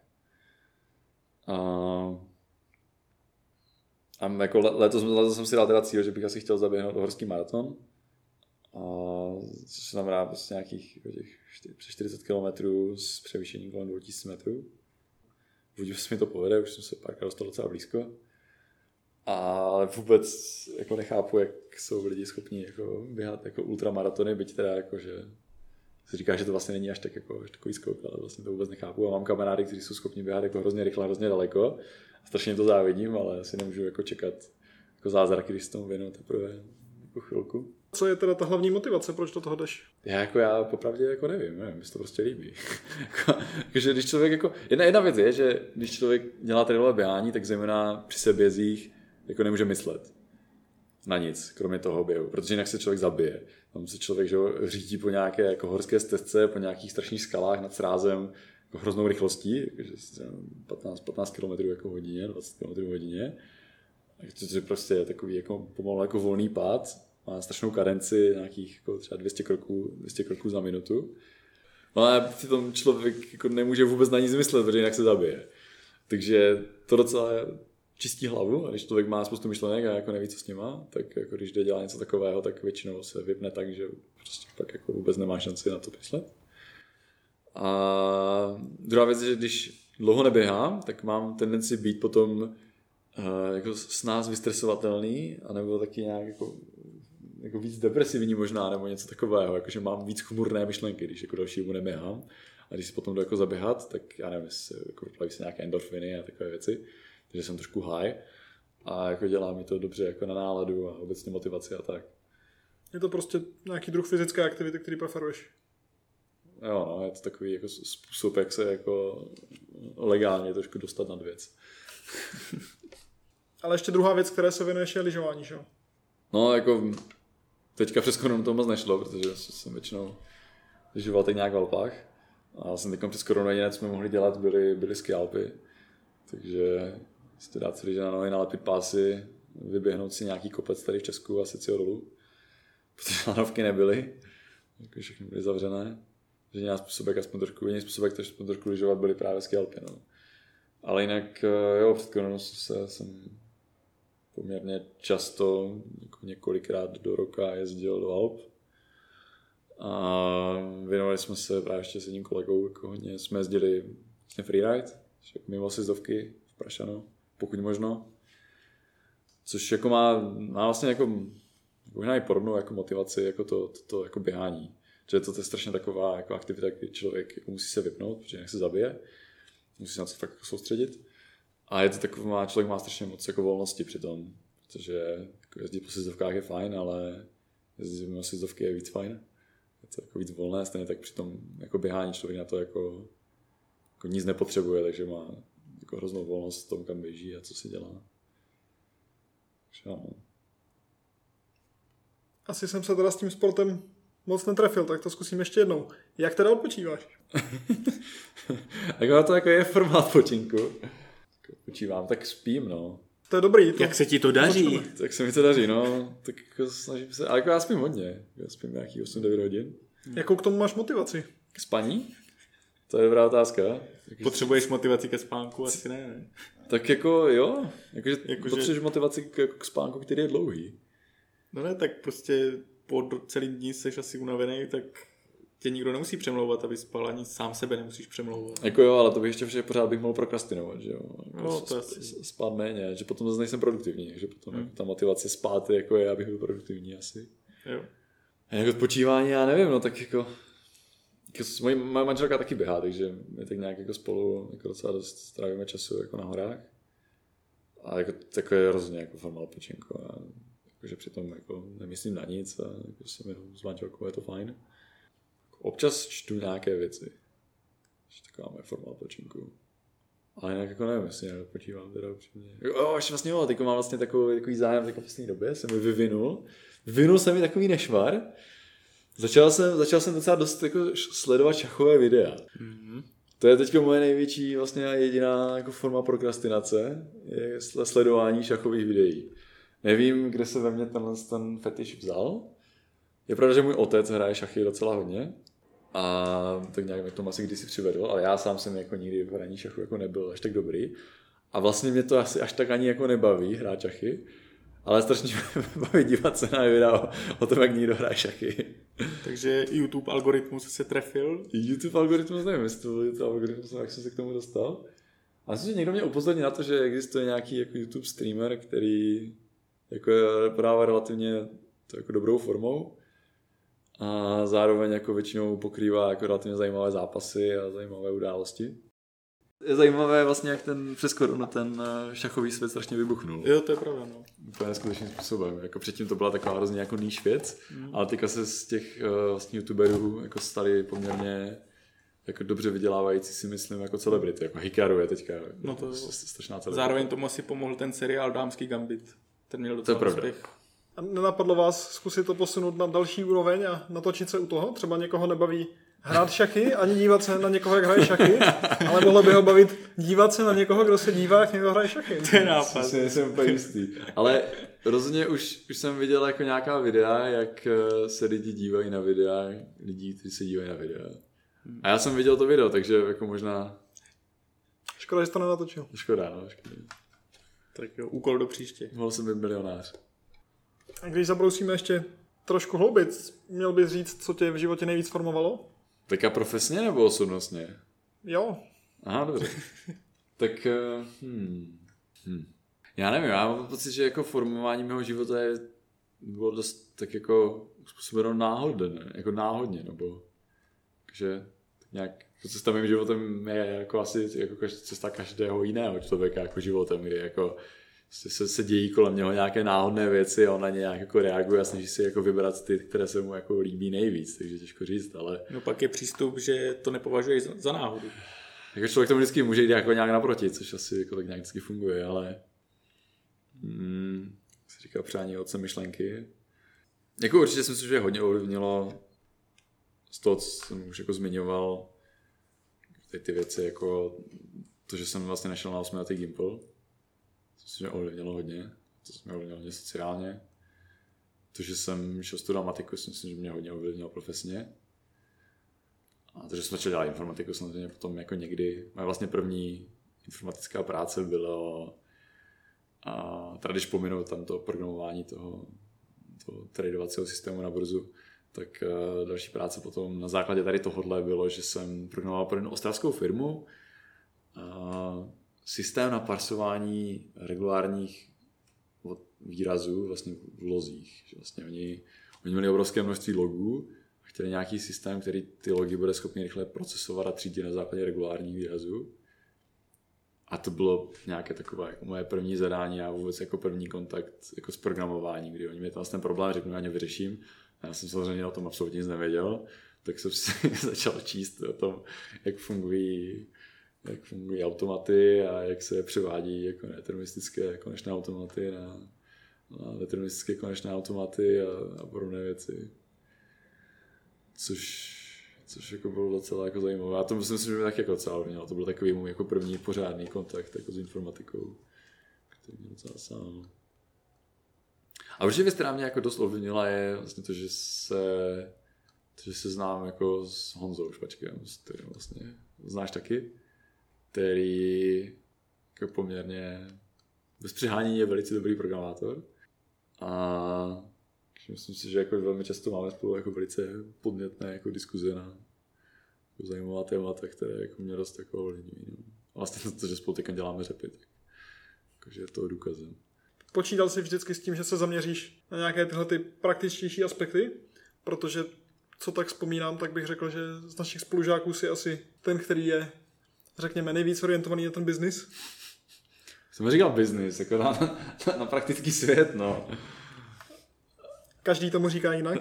A jako letos jsem si dal teda cíl, že bych asi chtěl zaběhnout horský maraton. Což znamená prostě nějakých přes 40 km s převýšením kolem 2000 metrů. Uvidím, že se mi to povede, už jsem se párkrát dostal docela blízko. Ale vůbec jako nechápu, jak jsou lidi schopni jako běhat jako ultramaratony, byť teda jako, že se říká, že to vlastně není až tak jako až takový skok, ale vlastně to vůbec nechápu. A mám kamarády, kteří jsou schopni běhat jako hrozně rychle, hrozně daleko. A strašně to závidím, ale asi nemůžu jako čekat jako zázraky, když se tomu věnu teprve jako chvilku. Co je teda ta hlavní motivace, proč do toho jdeš? Já popravdě jako nevím, mi se to prostě líbí. Takže když člověk jako, jedna věc je, že když člověk dělá trailové běhání, tak zejména při sebězích jako nemůže myslet na nic, kromě toho běhu, protože jinak se člověk zabije. Tam se člověk řídí po nějaké jako horské stezce, po nějakých strašných skalách nad srázem jako hroznou rychlostí, takže 15 km jako hodině, 20 km hodině. To je prostě takový jako pomalu jako volný pád, má strašnou kadenci, nějakých jako třeba 200 kroků za minutu. Ale přitom člověk jako nemůže vůbec na nic myslet, protože jinak se zabije. Takže to docela čistí hlavu, a když člověk má spoustu myšlenek a jako neví, co s nima, tak jako když jde dělat něco takového, tak většinou se vypne tak, že prostě pak jako vůbec nemá šanci na to myslet. A druhá věc je, že když dlouho neběhám, tak mám tendenci být potom jako s nás vystresovatelný, anebo taky nějak jako víc depresivní možná, nebo něco takového, jakože mám víc chmurné myšlenky, když jako další dobu neběhám. A když si potom jdu jako zaběhat, tak já nevím, jestli jako vyplaví se nějaké endorfiny a takové věci, takže jsem trošku high a jako dělá mi to dobře jako na náladu a obecně motivaci a tak. Je to prostě nějaký druh fyzické aktivity, který preferuješ? Jo, no, je to takový jako způsob, jak se jako legálně trošku dostat nad věc. Ale ještě druhá věc, které se věnuješ, je lyžování, že jo? No, jako teďka přes koronu to moc nešlo, protože jsem většinou lyžoval tak nějak v Alpách. A jsem teď přes koronu jediné, co jsme mohli dělat, byly ski Alpy. Takže si dát celý den na nohy, nalepit pásy, vyběhnout si nějaký kopec tady v Česku a set si ho dolů. Protože lanovky nebyly, jako všechny byly zavřené. Že jiný způsob, jak aspoň trošku lyžovat, byly právě ski Alpy. No. Ale jinak, jo, před koronou jsem poměrně často, jako několikrát do roka jezdil do Alp. A věnovali jsme se právě ještě s jedním kolegou, jako hodně jsme jezdili vlastně freeride, mimo sjezdovky v Prašanu, pokud možno. Což jako má vlastně jako možná i podobnou jako motivaci jako to jako běhání. Že to je strašně taková jako aktivita, kdy člověk jako musí se vypnout, protože jinak se zabije. Musí se na to fakt jako soustředit. A je to taková, člověk má strašně moc jako volnosti při tom, protože jako jezdit po sjezdovkách je fajn, ale jezdit mimo sjezdovky je víc fajn. Je to jako víc volné, stejně tak při tom jako běhání člověk na to jako nic nepotřebuje, takže má jako hroznou volnost v tom, kam běží a co si dělá. Takže, no. Asi jsem se teda s tím sportem moc netrefil, tak to zkusím ještě jednou. Jak teda odpočíváš? Tak to jako je formát odpočinku. Odpočívám, tak spím, no. To je dobrý. Jak se ti to daří? Tak se mi to daří, no. Tak jako snažím se, ale jako já spím hodně. Já spím nějakých 8-9 hodin. Jakou k tomu máš motivaci? K spaní? To je dobrá otázka. Potřebuješ motivaci ke spánku? Asi ne. Tak jako jo. Potřebuješ motivaci k spánku, který je dlouhý. No ne, tak prostě po celý dní jsi asi unavený, tak tě nikdo nemusí přemlouvat, aby spal, ani sám sebe nemusíš přemlouvat. Jako jo, ale to bych ještě pořád bych mohl prokrastinovat, že jo. Jako No, to asi. Spát méně, že potom zase nejsem produktivní, že potom ta motivace spát jako je, abych byl produktivní asi. Jo. A jako odpočívání, já nevím, no tak jako moje manželka taky běhá, takže my tak nějak jako spolu jako docela dost strávíme času jako na horách. A jako takové rozhodně jako forma odpočinku. Jakože přitom jako nemyslím na nic a jako jsem jenom s manželkou, je to fajn. Občas čtu nějaké věci. Taková moje forma odpočinku. Ale jinak jako nevím, jestli nějak odpočívám teda upřímně. Ještě vlastně jo, teď mám vlastně takový zájem v poslední době, jsem mi vyvinul. Vyvinul se mi takový nešvar. Začal jsem docela dost jako sledovat šachové videa. Mm-hmm. To je teďka moje největší vlastně jediná jako forma prokrastinace, je sledování šachových videí. Nevím, kde se ve mně ten fetiš vzal. Je pravda, že můj otec hraje šachy docela hodně a tak nějak mě k tomu asi kdysi přivedl, ale já sám jsem jako nikdy v hraní šachu jako nebyl až tak dobrý. A vlastně mě to asi až tak ani jako nebaví hrát šachy, ale strašně baví dívat se na videa o tom, jak někdo hraje šachy. Takže YouTube algoritmus se trefil? YouTube algoritmus nevím, jestli to byl YouTube algoritmus, jak jsem se k tomu dostal. A myslím, že někdo mě upozornil na to, že existuje nějaký jako YouTube streamer, který jako podává relativně to jako dobrou formou a zároveň jako většinou pokrývá jako relativně zajímavé zápasy a zajímavé události. Je zajímavé vlastně, jak přes korunu ten šachový svět strašně vybuchnul. Jo, to je pravda, no. Úplně neskutečným způsobem. Jako předtím to byla taková hrozně jako níž věc, ale teďka se z těch vlastně youtuberů jako stali poměrně jako dobře vydělávající, si myslím, jako celebrity. Jako Hikaru je teďka no to strašná celebrita. Zároveň tomu asi pomohl ten seriál Dámský gambit. Ten měl docela úspěch. A nenapadlo vás zkusit to posunout na další úroveň a natočit se u toho? Třeba někoho nebaví hrát šachy, ani dívat se na někoho, jak hraje šachy, ale mohlo by ho bavit dívat se na někoho, kdo se dívá, jak někdo hraje šachy. To je nápad. Jsem úplně jistý. Ale rozhodně už jsem viděl jako nějaká videa, jak se lidi dívají na videa, lidí, kteří se dívají na videa. A já jsem viděl to video, takže jako možná... Škoda, že jsi to nenatočil. Škoda, no. Škoda. Tak jo, úkol do příště. Mohl jsem být milionář. A když zabrousíme ještě trošku hloubit, měl bys říct, co tě v životě nejvíc formovalo? Tak a profesně nebo osobnostně? Jo. Aha, dobře. Tak, já nevím, já mám pocit, že jako formování mého života bylo dost tak jako způsobeno náhodně, nebo že nějak cesta mým životem je jako asi jako cesta každého jiného člověka jako životem, kdy jako se dějí kolem něho nějaké náhodné věci a on na ně nějak jako reaguje a snaží si jako vybrat ty, které se mu jako líbí nejvíc, takže těžko říct, ale... No pak je přístup, že to nepovažuješ za náhodu. Jako člověk tomu vždycky může jít jako nějak naproti, což asi jako tak nějak vždycky funguje, ale... se říká přání otce myšlenky. Jako určitě si myslím, že hodně ovlivnilo z toho, co jsem už jako zmiňoval, ty věci jako to, že jsem vlastně nešel na 8letý Gimple. To myslím, že ovlivnilo hodně. To mě ovlivnilo hodně sociálně. To, že jsem šel studovat matiku, si myslím, že mě hodně ovlivnilo profesně. A to, že jsem začal dělat informatiku, samozřejmě potom jako někdy. Moje vlastně první informatická práce bylo, a teda když pominu tam to programování toho tradovacího systému na burzu, tak další práce potom na základě tady tohohle bylo, že jsem programoval pro jednu ostravskou firmu systém na parsování regulárních výrazů vlastně v lozích. Že vlastně oni měli obrovské množství logů a chtěli nějaký systém, který ty logy bude schopný rychle procesovat a třídit na základě regulárních výrazů. A to bylo nějaké takové jako moje první zadání a vůbec jako první kontakt jako s programováním, kdy oni mi ten problém řeknou, já ně vyřeším. Já jsem samozřejmě o tom absolutně nic nevěděl, tak jsem si začal číst o tom, jak fungují automaty a jak se převádí jako nedeterministické konečné automaty deterministické konečné automaty a podobné věci. Což jako bylo docela jako zajímavé. Já to myslím, že mě tak jako docela ovlivnilo. To byl takový můj jako první pořádný kontakt jako s informatikou, který mě docela sám. A určitě věc, která mě jako dost ovlivnila, je vlastně to, že se znám jako s Honzou Špačkem, který vlastně znáš taky, který jako poměrně bez přehánění je velice dobrý programátor. A myslím si, že jako velmi často máme spolu jako velice podnětné jako diskuze na jako zajímavá témata, které jako mě dost jako ovlivňují. No. A vlastně to, že spolu teďka děláme řepy, takže je to důkazem. Počítal jsi vždycky s tím, že se zaměříš na nějaké tyhle ty praktičtější aspekty? Protože co tak vzpomínám, tak bych řekl, že z našich spolužáků si asi ten, který je, řekněme, nejvíc orientovaný na ten biznis. Jsem říkal biznis, jako na praktický svět, no. Každý tomu říká jinak.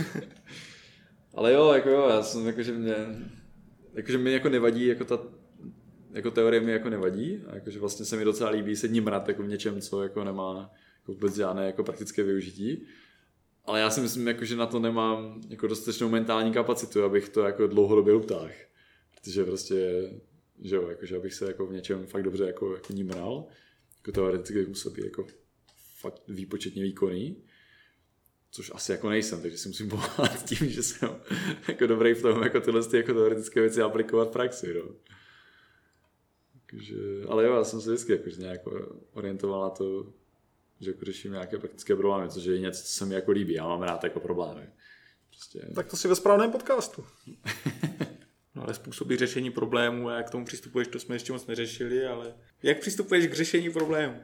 Ale jo, já jsem jakože mi jako nevadí, jako teorie mi jako nevadí, a jakože vlastně se mi docela líbí se ním rád jako v něčem, co jako nemá jako vůbec žádné jako praktické využití. Ale já si myslím, jako, že na to nemám jako dostatečnou mentální kapacitu, abych to jako dlouhodobě utáhl. Protože prostě, že jo, jakože abych se jako v něčem fakt dobře jako nímral, jako teoreticky bych musel být jako fakt výpočetně výkonný, což asi jako nejsem, takže si musím pomáhat tím, že jsem jako dobrý v tom jako tyhle jako teoretické věci aplikovat v praxi, no. Takže, ale jo, já jsem se vždycky jakože nějak orientoval na to, že jako řeším nějaké praktické problémy, což je něco, co se mi jako líbí. Já mám rád jako problémy. Prostě... Tak to si ve správném podcastu. No ale způsoby řešení problémů a jak k tomu přistupuješ, to jsme ještě moc neřešili, ale jak přistupuješ k řešení problémů?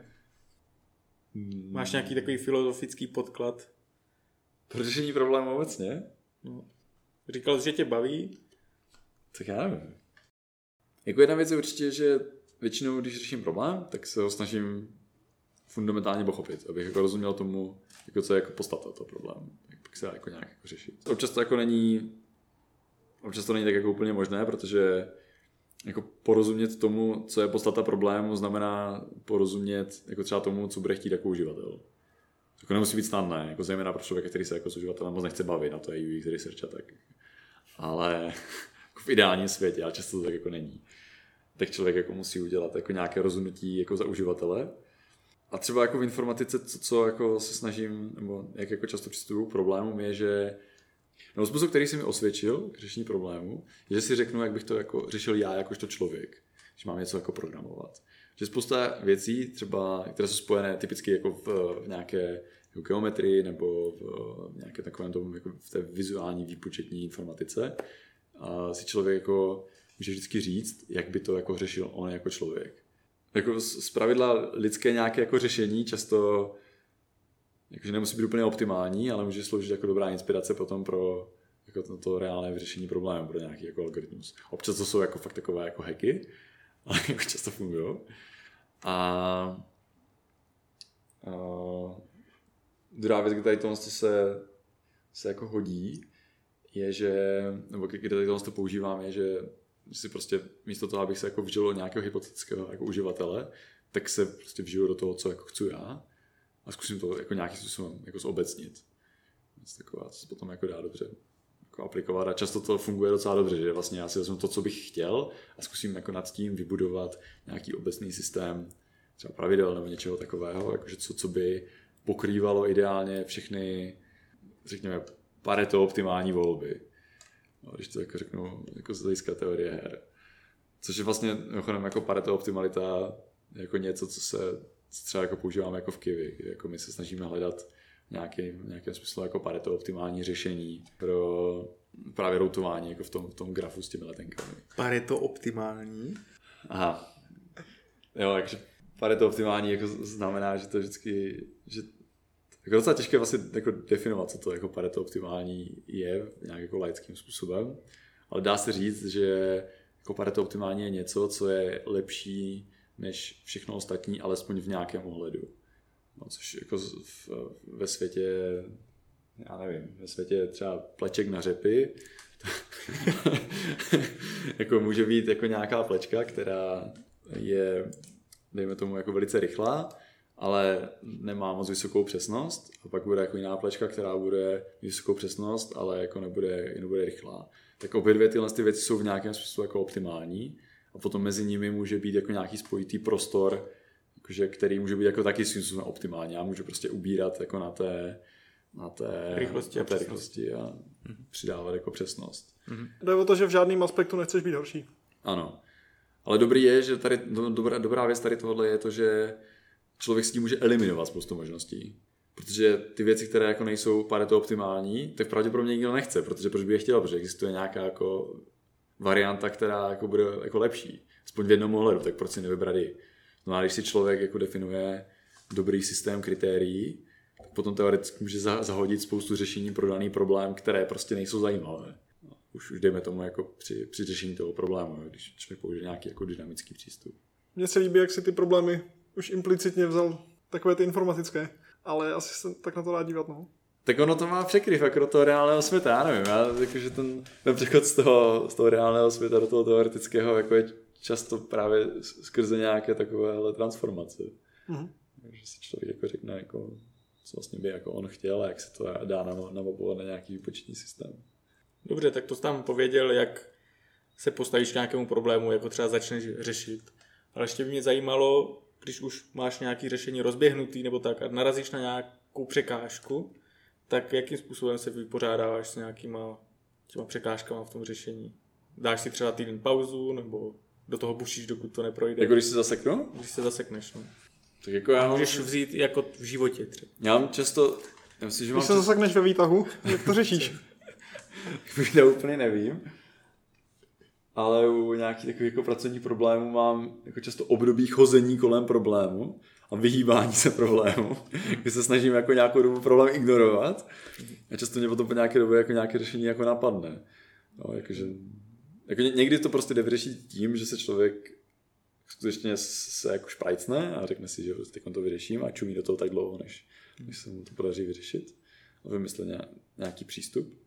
Máš nějaký takový filozofický podklad? Pro řešení problémů obecně? No. Říkal jsi, že tě baví? Tak já nevím. Jako jedna věc je určitě, že většinou, když řeším problém, tak se ho snažím fundamentálně pochopit, abych jako rozuměl tomu, jako co je jako podstata toho problému, pak se dá jako nějak jako řešit. Občas to není tak jako úplně možné, protože jako porozumět tomu, co je podstata problému, znamená porozumět jako třeba tomu, co bude chtít jako uživatel. To nemusí být snadné, jako zejména pro člověka, který se jako s uživatelem moc nechce bavit, na to je UX research a tak. Ale jako v ideálním světě, ale často to tak jako není. Tak člověk jako musí udělat jako nějaké rozhodnutí jako za uživatele. A třeba jako v informatice, co jako se snažím, nebo jak jako často přistupuji k problémům, je, že nebo způsob, který se mi osvědčil k řešení problému, je, že si řeknu, jak bych to jako řešil já jakožto člověk, když mám něco jako programovat. Že spousta věcí, třeba, které jsou spojené typicky jako v nějaké jako geometrii nebo v nějaké takovém tomu, jako v té vizuální výpočetní informatice, a si člověk jako může vždycky říct, jak by to jako řešil on jako člověk. Jako zpravidla lidské nějaké jako řešení často jakože nemusí být úplně optimální, ale může sloužit jako dobrá inspirace potom pro jako to reálné vyřešení problému, pro nějaký jako algoritmus. Občas to jsou jako fakt takové jako hacky, ale jako často fungují. A druhá věc, kde tady tohle se jako hodí, je, že, nebo kde tady tohle to používám, je, že si prostě místo toho, abych se jako vžil do nějakého hypotetického jako uživatele, tak se prostě vžiju do toho, co jako chci já a zkusím to jako nějakým způsobem jako zobecnit. Taková, co se potom jako dá dobře jako aplikovat a často to funguje docela dobře, že vlastně já si vezmu to, co bych chtěl a zkusím jako nad tím vybudovat nějaký obecný systém třeba pravidel nebo něčeho takového, jakože co by pokrývalo ideálně všechny, řekněme, Pareto optimální volby. No, když to jako řeknu jako z hlediska teorie her. Což je vlastně jako Pareto optimalita jako něco, co třeba jako používáme jako v Kiwi. Jako my se snažíme hledat nějakém smyslu jako Pareto optimální řešení pro právě routování jako v tom grafu s těmi letenkami. Pareto optimální? Aha. Jo, takže Pareto optimální jako znamená, že to vždycky, že jako docela těžké vlastně jako definovat, co to jako Pareto optimální je nějak jako laickým způsobem, ale dá se říct, že jako Pareto optimální je něco, co je lepší než všechno ostatní, alespoň v nějakém ohledu. No, což jako ve světě, já nevím, ve světě třeba pleček na řepy, jako může být jako nějaká plečka, která je, dejme tomu, jako velice rychlá, ale nemá moc vysokou přesnost, a pak bude jako jiná plečka, která bude vysokou přesnost, ale jako nebude rychlá. Tak obě dvě tyhle ty věci jsou v nějakém smyslu jako optimální a potom mezi nimi může být jako nějaký spojitý prostor, jakože, který může být jako taky svým způsobem optimální. Já můžu prostě ubírat jako na té rychlosti a přidávat jako přesnost. Jde o to, že v žádném aspektu nechceš být horší. Ano. Ale dobrý je, že tady dobrá věc tady tohle je to, že člověk s tím může eliminovat spoustu možností. Protože ty věci, které jako nejsou Pareto optimální, tak pravděpodobně nikdo nechce, protože proč by je chtěl, protože existuje nějaká jako varianta, která jako bude jako lepší. Aspoň v jednom ohledu, tak proč si nevybrat ji. No a když si člověk jako definuje dobrý systém kritérií, tak potom teoreticky může zahodit spoustu řešení pro daný problém, které prostě nejsou zajímavé. No, už dejme tomu jako při řešení toho problému, když člověk použije nějaký jako dynamický přístup. Mně se líbí, jak si ty problémy už implicitně vzal takové ty informatické, ale asi se tak na to dá dívat, no. Tak ono to má překryv jako do toho reálného světa, já nevím, jakože ten přechod z toho reálného světa do toho teoretického jako je často právě skrze nějaké takovéhle transformace. Takže si člověk jako řekne, jako, co vlastně by jako on chtěl a jak se to dá namapovat na nějaký výpočetní systém. Dobře, tak to jsi tam pověděl, jak se postavíš k nějakému problému, jako třeba začneš řešit. Ale ještě by mě zajímalo, když už máš nějaké řešení rozběhnutý nebo tak a narazíš na nějakou překážku, tak jakým způsobem se vypořádáváš s nějakýma těma překážkama v tom řešení? Dáš si třeba týden pauzu nebo do toho bušíš, dokud to neprojde? Jako když se zaseknu? Když se zasekneš, no. Tak jako já můžeš vzít jako v životě třeba. Já mám často... Myslím, že když se zasekneš ve výtahu, jak to řešíš? Já úplně nevím. Ale u nějakých takových jako pracovních problémů mám jako často období chození kolem problému a vyhýbání se problému, kdy se snažím jako nějakou dobu problém ignorovat a často mě potom po nějaké době jako nějaké řešení jako napadne. No, jakože, jako někdy to prostě jde vyřešit tím, že se člověk skutečně se jako šprajcne a řekne si, že teď to vyřeším a čumí do toho tak dlouho, než se mu to podaří vyřešit a vymyslet nějaký přístup.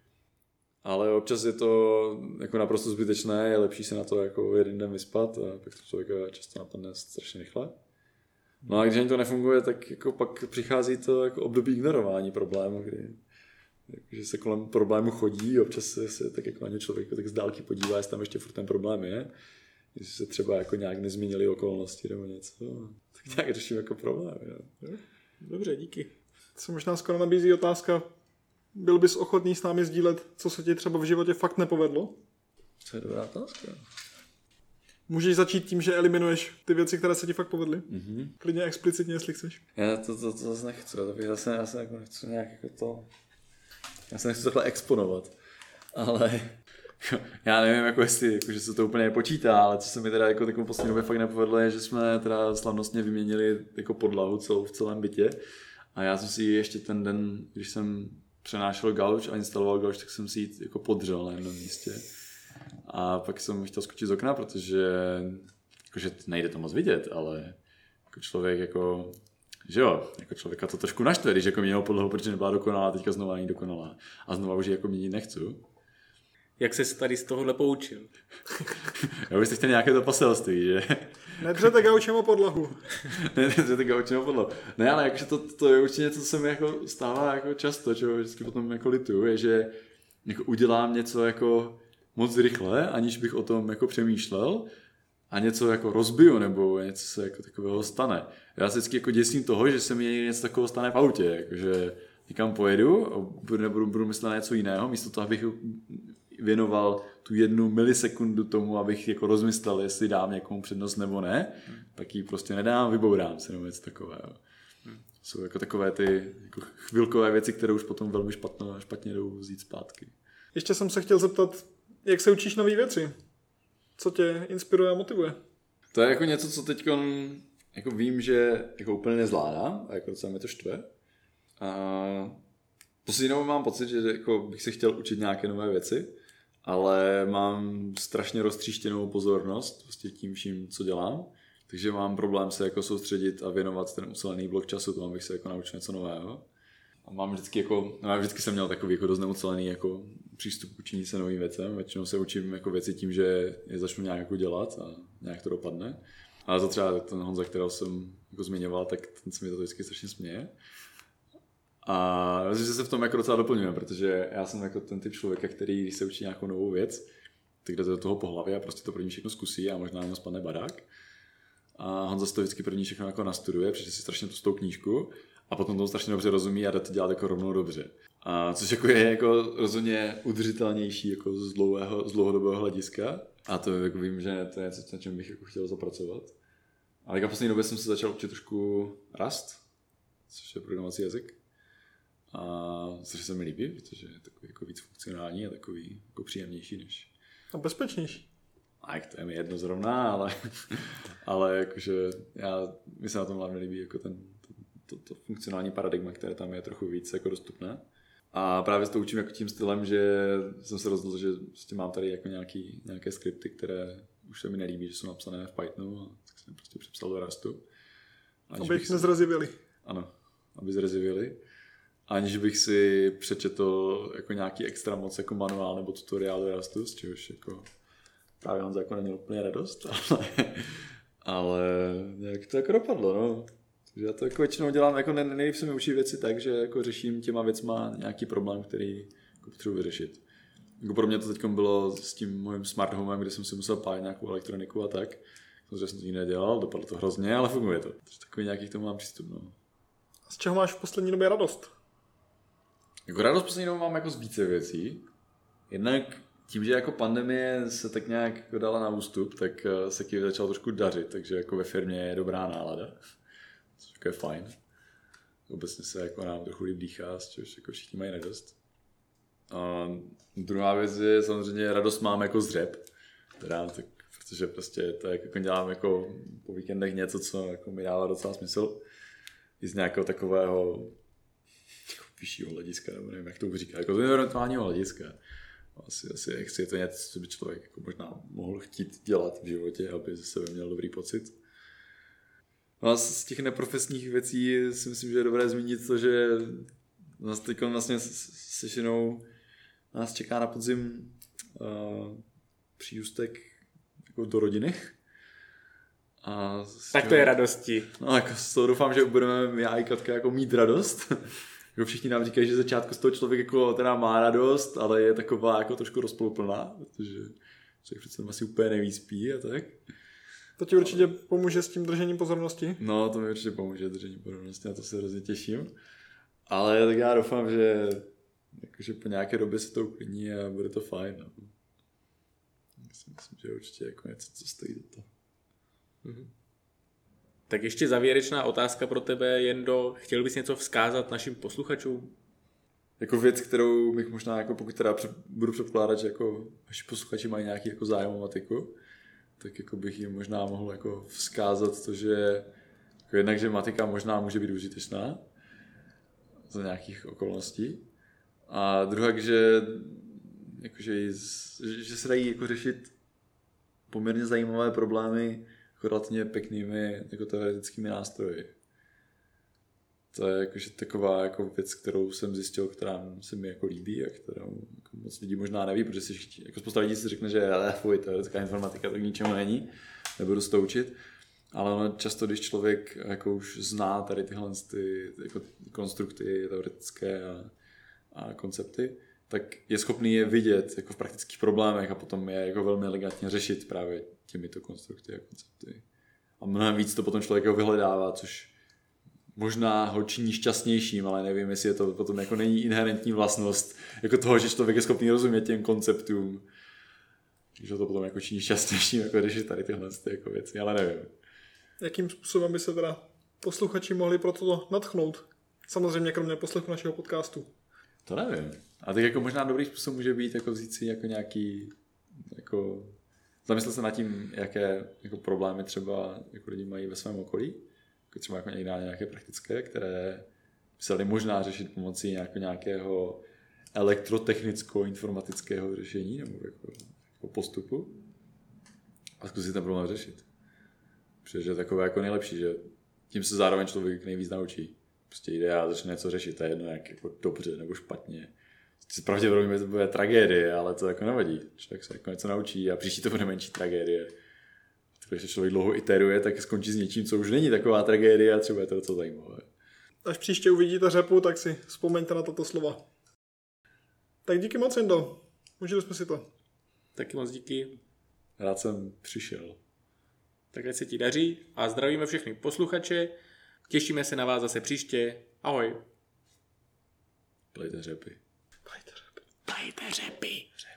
Ale občas je to jako naprosto zbytečné, je lepší se na to jako jeden den vyspat a pak to člověka často napadne strašně rychle. No a když ani to nefunguje, tak jako pak přichází to jako období ignorování problému, že se kolem problému chodí, občas se tak jako na ně člověk tak z dálky podívá, jestli tam ještě furt ten problém je, jestli se třeba jako nějak nezměnily okolnosti nebo něco, tak nějak řeším jako problém. Jo. Dobře, díky. Se možná skoro nabízí otázka, byl bys ochotný s námi sdílet, co se ti třeba v životě fakt nepovedlo? To je dobrá otázka. Můžeš začít tím, že eliminuješ ty věci, které se ti fakt povedly. Klidně explicitně, jestli chceš. Já to zase nechci, to bych zase jako nechci nějak jako to... Já se nechci takhle exponovat, ale já nevím, jako jestli, jako, že se to úplně nepočítá, ale co se mi teda jako takovou poslední době fakt nepovedlo, je, že jsme teda slavnostně vyměnili jako podlahu v celém bytě a já jsem si ještě ten den, když jsem přenášel gauč a instaloval gauč, tak jsem si ji jako podřel na jednom místě. A pak jsem chtěl skočit z okna, protože jakože nejde to moc vidět, ale jako člověk jako, že jo, jako člověka to trošku naštve, když jako měl podlahu, protože nebyla dokonalá, teďka znova není dokonalá. A znova už ji jako měnit nechci. Jak jsi tady z tohohle poučil? Já byste chtěl nějaké to poselství, že? Nedřete gaučem o podlahu. Nedřete gaučem o podlahu. Ne, ale jakože to je určitě něco, co se mi jako stává jako často, čeho vždycky potom jako lituju, je, že jako udělám něco jako moc rychle, aniž bych o tom jako přemýšlel a něco jako rozbiju nebo něco se jako takového stane. Já se vždycky jako děsím toho, že se mi něco takového stane v autě, jakože někam pojedu a budu myslet na něco jiného, místo toho, abych věnoval tu 1 milisekundu tomu, abych jako rozmyslel, jestli dám někomu přednost nebo ne, tak ji prostě nedám, vybourám se nebo něco takového. Jsou jako takové ty jako chvilkové věci, které už potom velmi špatně jdou vzít zpátky. Ještě jsem se chtěl zeptat, jak se učíš nové věci? Co tě inspiruje a motivuje? To je jako něco, co teď jako vím, že jako úplně nezvládám a jako docela mě to štve. A poslední mám pocit, že jako bych se chtěl učit nějaké nové věci, ale mám strašně roztříštěnou pozornost prostě tím vším, co dělám. Takže mám problém se jako soustředit a věnovat ten ucelený blok času, tomu abych se jako naučil něco nového. A mám vždycky jsem měl takový jako dost neucelený jako přístup k učení se novým věcem. Většinou se učím jako věci tím, že je začnu nějak jako dělat a nějak to dopadne. Ale to třeba ten Honza, kterého jsem jako zmiňoval, tak ten se mi to vždycky strašně směje. A myslím, že se v tom jako docela doplňujeme, protože já jsem jako ten typ člověka, který, když se učí nějakou novou věc, tak jde do toho po hlavě a prostě to první všechno zkusí a možná na něm spadne badák. A Honza si to vždycky první všechno jako nastuduje, přečte si strašně tou knížku a potom tomu strašně dobře rozumí a jde to dělat jako rovnou dobře. A což jako je jako rozhodně udržitelnější jako z dlouhodobého hlediska. A to jako vím, že to je něco, na čem bych jako chtěl zapracovat. Ale jako v poslední době jsem se začal učit trošku Rust, což je programovací jazyk. A což se mi líbí, protože je takový jako víc funkcionální a takový jako příjemnější než... A bezpečnější. A jak to je mi jedno zrovna, ale jakože mi se na tom hlavně líbí jako to funkcionální paradigma, které tam je trochu víc jako dostupné. A právě se to učím jako tím stylem, že jsem se rozhodl, že prostě mám tady jako nějaké skripty, které už se mi nelíbí, že jsou napsané v Pythonu, a tak jsem prostě přepsal do Rustu. Aby jich nezrazivili. Ano, aby zrazivili. Aniž bych si přečetl jako nějaký extra moc jako manuál nebo tutoriál do Rustu, z čehož jako právě Honza jako neměl úplně radost, ale nějak to jako dopadlo, no. Takže já to jako většinou dělám, jako nejlíp se mi učí věci tak, že jako řeším těma věcma nějaký problém, který jako potřebuji vyřešit. Jako pro mě to teď bylo s tím mojím smart homem, kde jsem si musel pálit nějakou elektroniku a tak. Samozřejmě jsem to nikdy nedělal, dopadlo to hrozně, ale funguje to. Takže takový nějaký k tomu mám přístup, no. A z čeho máš v poslední době radost? Jako radost v poslední době mám jako z více věcí. Jednak tím, že jako pandemie se tak nějak jako dala na ústup, tak se tím začalo trošku dařit, takže jako ve firmě je dobrá nálada. Což jako je fajn. Obecně se jako nám trochu líp dýchá, z čehož jako všichni mají radost. A druhá věc je samozřejmě radost mám jako z řep. Teda, tak, protože prostě to jako dělám jako po víkendech něco, co jako mi dává docela smysl. I z nějakého takového jako vyššího hlediska, nebo nevím, jak to říká, jako z environmentálního hlediska. Asi je to něco, co by člověk jako možná mohl chtít dělat v životě, aby ze sebe měl dobrý pocit. No a z těch neprofesních věcí si myslím, že je dobré zmínit to, že nás teď vlastně se ženou nás čeká na podzim přírůstek jako do rodiny. A tak to je radosti. No jako z toho doufám, že budeme já i Katka jako mít radost. Jako všichni nám říkají, že začátku z toho člověk jako teda má radost, ale je taková jako trošku rozpoluplná, protože člověk přece asi úplně nevyspí a tak. To ti určitě pomůže s tím držením pozornosti? No, to mi určitě pomůže držení pozornosti, na to se hrozně těším. Ale tak já doufám, že jakože po nějaké době se to uklidní a bude to fajn. No. Myslím, že je určitě jako něco, co stojí za to. Mhm. Tak ještě závěrečná otázka pro tebe, Jendo. Chtěl bys něco vzkázat našim posluchačům? Jako věc, kterou bych možná, jako pokud teda budu předpokládat, že jako vaši posluchači mají nějaký jako zájem o matiku, tak jako bych jim možná mohl jako vzkázat to, že jako jednak, že matika možná může být užitečná za nějakých okolností. A druhá, že se dají jako řešit poměrně zajímavé problémy jako relativně pěknými jako teoretickými nástroji. To je jakože taková jako věc, kterou jsem zjistil, která se mi jako líbí a kterou jako moc lidí možná neví, protože si jako spousta lidí si řekne, že fuj, teoretická informatika to k ničemu není, nebudu se to učit. Ale často, když člověk jako už zná tady tyhle jako konstrukty teoretické a koncepty, tak je schopný je vidět jako v praktických problémech a potom je jako velmi elegantně řešit právě těmito konstrukty a koncepty. A mnohem víc to potom člověk vyhledává, což možná ho činí šťastnějším, ale nevím, jestli je to potom jako není inherentní vlastnost jako toho, že člověk je schopný rozumět těm konceptům. Že to potom jako činí šťastnějším, jako řešit tady tyhle jako věci, ale nevím. Jakým způsobem by se teda posluchači mohli pro toto nadchnout? Samozřejmě kromě poslechu našeho podcastu. To nevím. A tak jako možná dobrý způsob může být jako vzít si jako nějaký jako zamyslet se nad tím, jaké jako problémy třeba jako lidi mají ve svém okolí. Jako třeba jako nějaké praktické, které by se daly možná řešit pomocí nějakého elektrotechnicko-informatického řešení nebo jako postupu a zkusit ten problém řešit. Protože je takové jako nejlepší, že tím se zároveň člověk nejvíc naučí. Prostě jde a začne něco řešit, to je jedno jak jako dobře nebo špatně. Pravděpodobně to bude tragédie, ale to jako nevadí. Člověk se jako něco naučí a příští to bude menší tragédie. když člověk dlouho iteruje, tak skončí s něčím, co už není taková tragédie a třeba je to docela zajímavé. Až příště uvidíte řepu, tak si vzpomeňte na tato slova. Tak díky moc, Jendo. Užili jsme si to. Taky moc díky. Rád jsem přišel. Tak ať se ti daří a zdravíme všechny posluchače. Těšíme se na vás zase příště. Ahoj. Plejte řepy. Pajte řepy. Pajte řepy.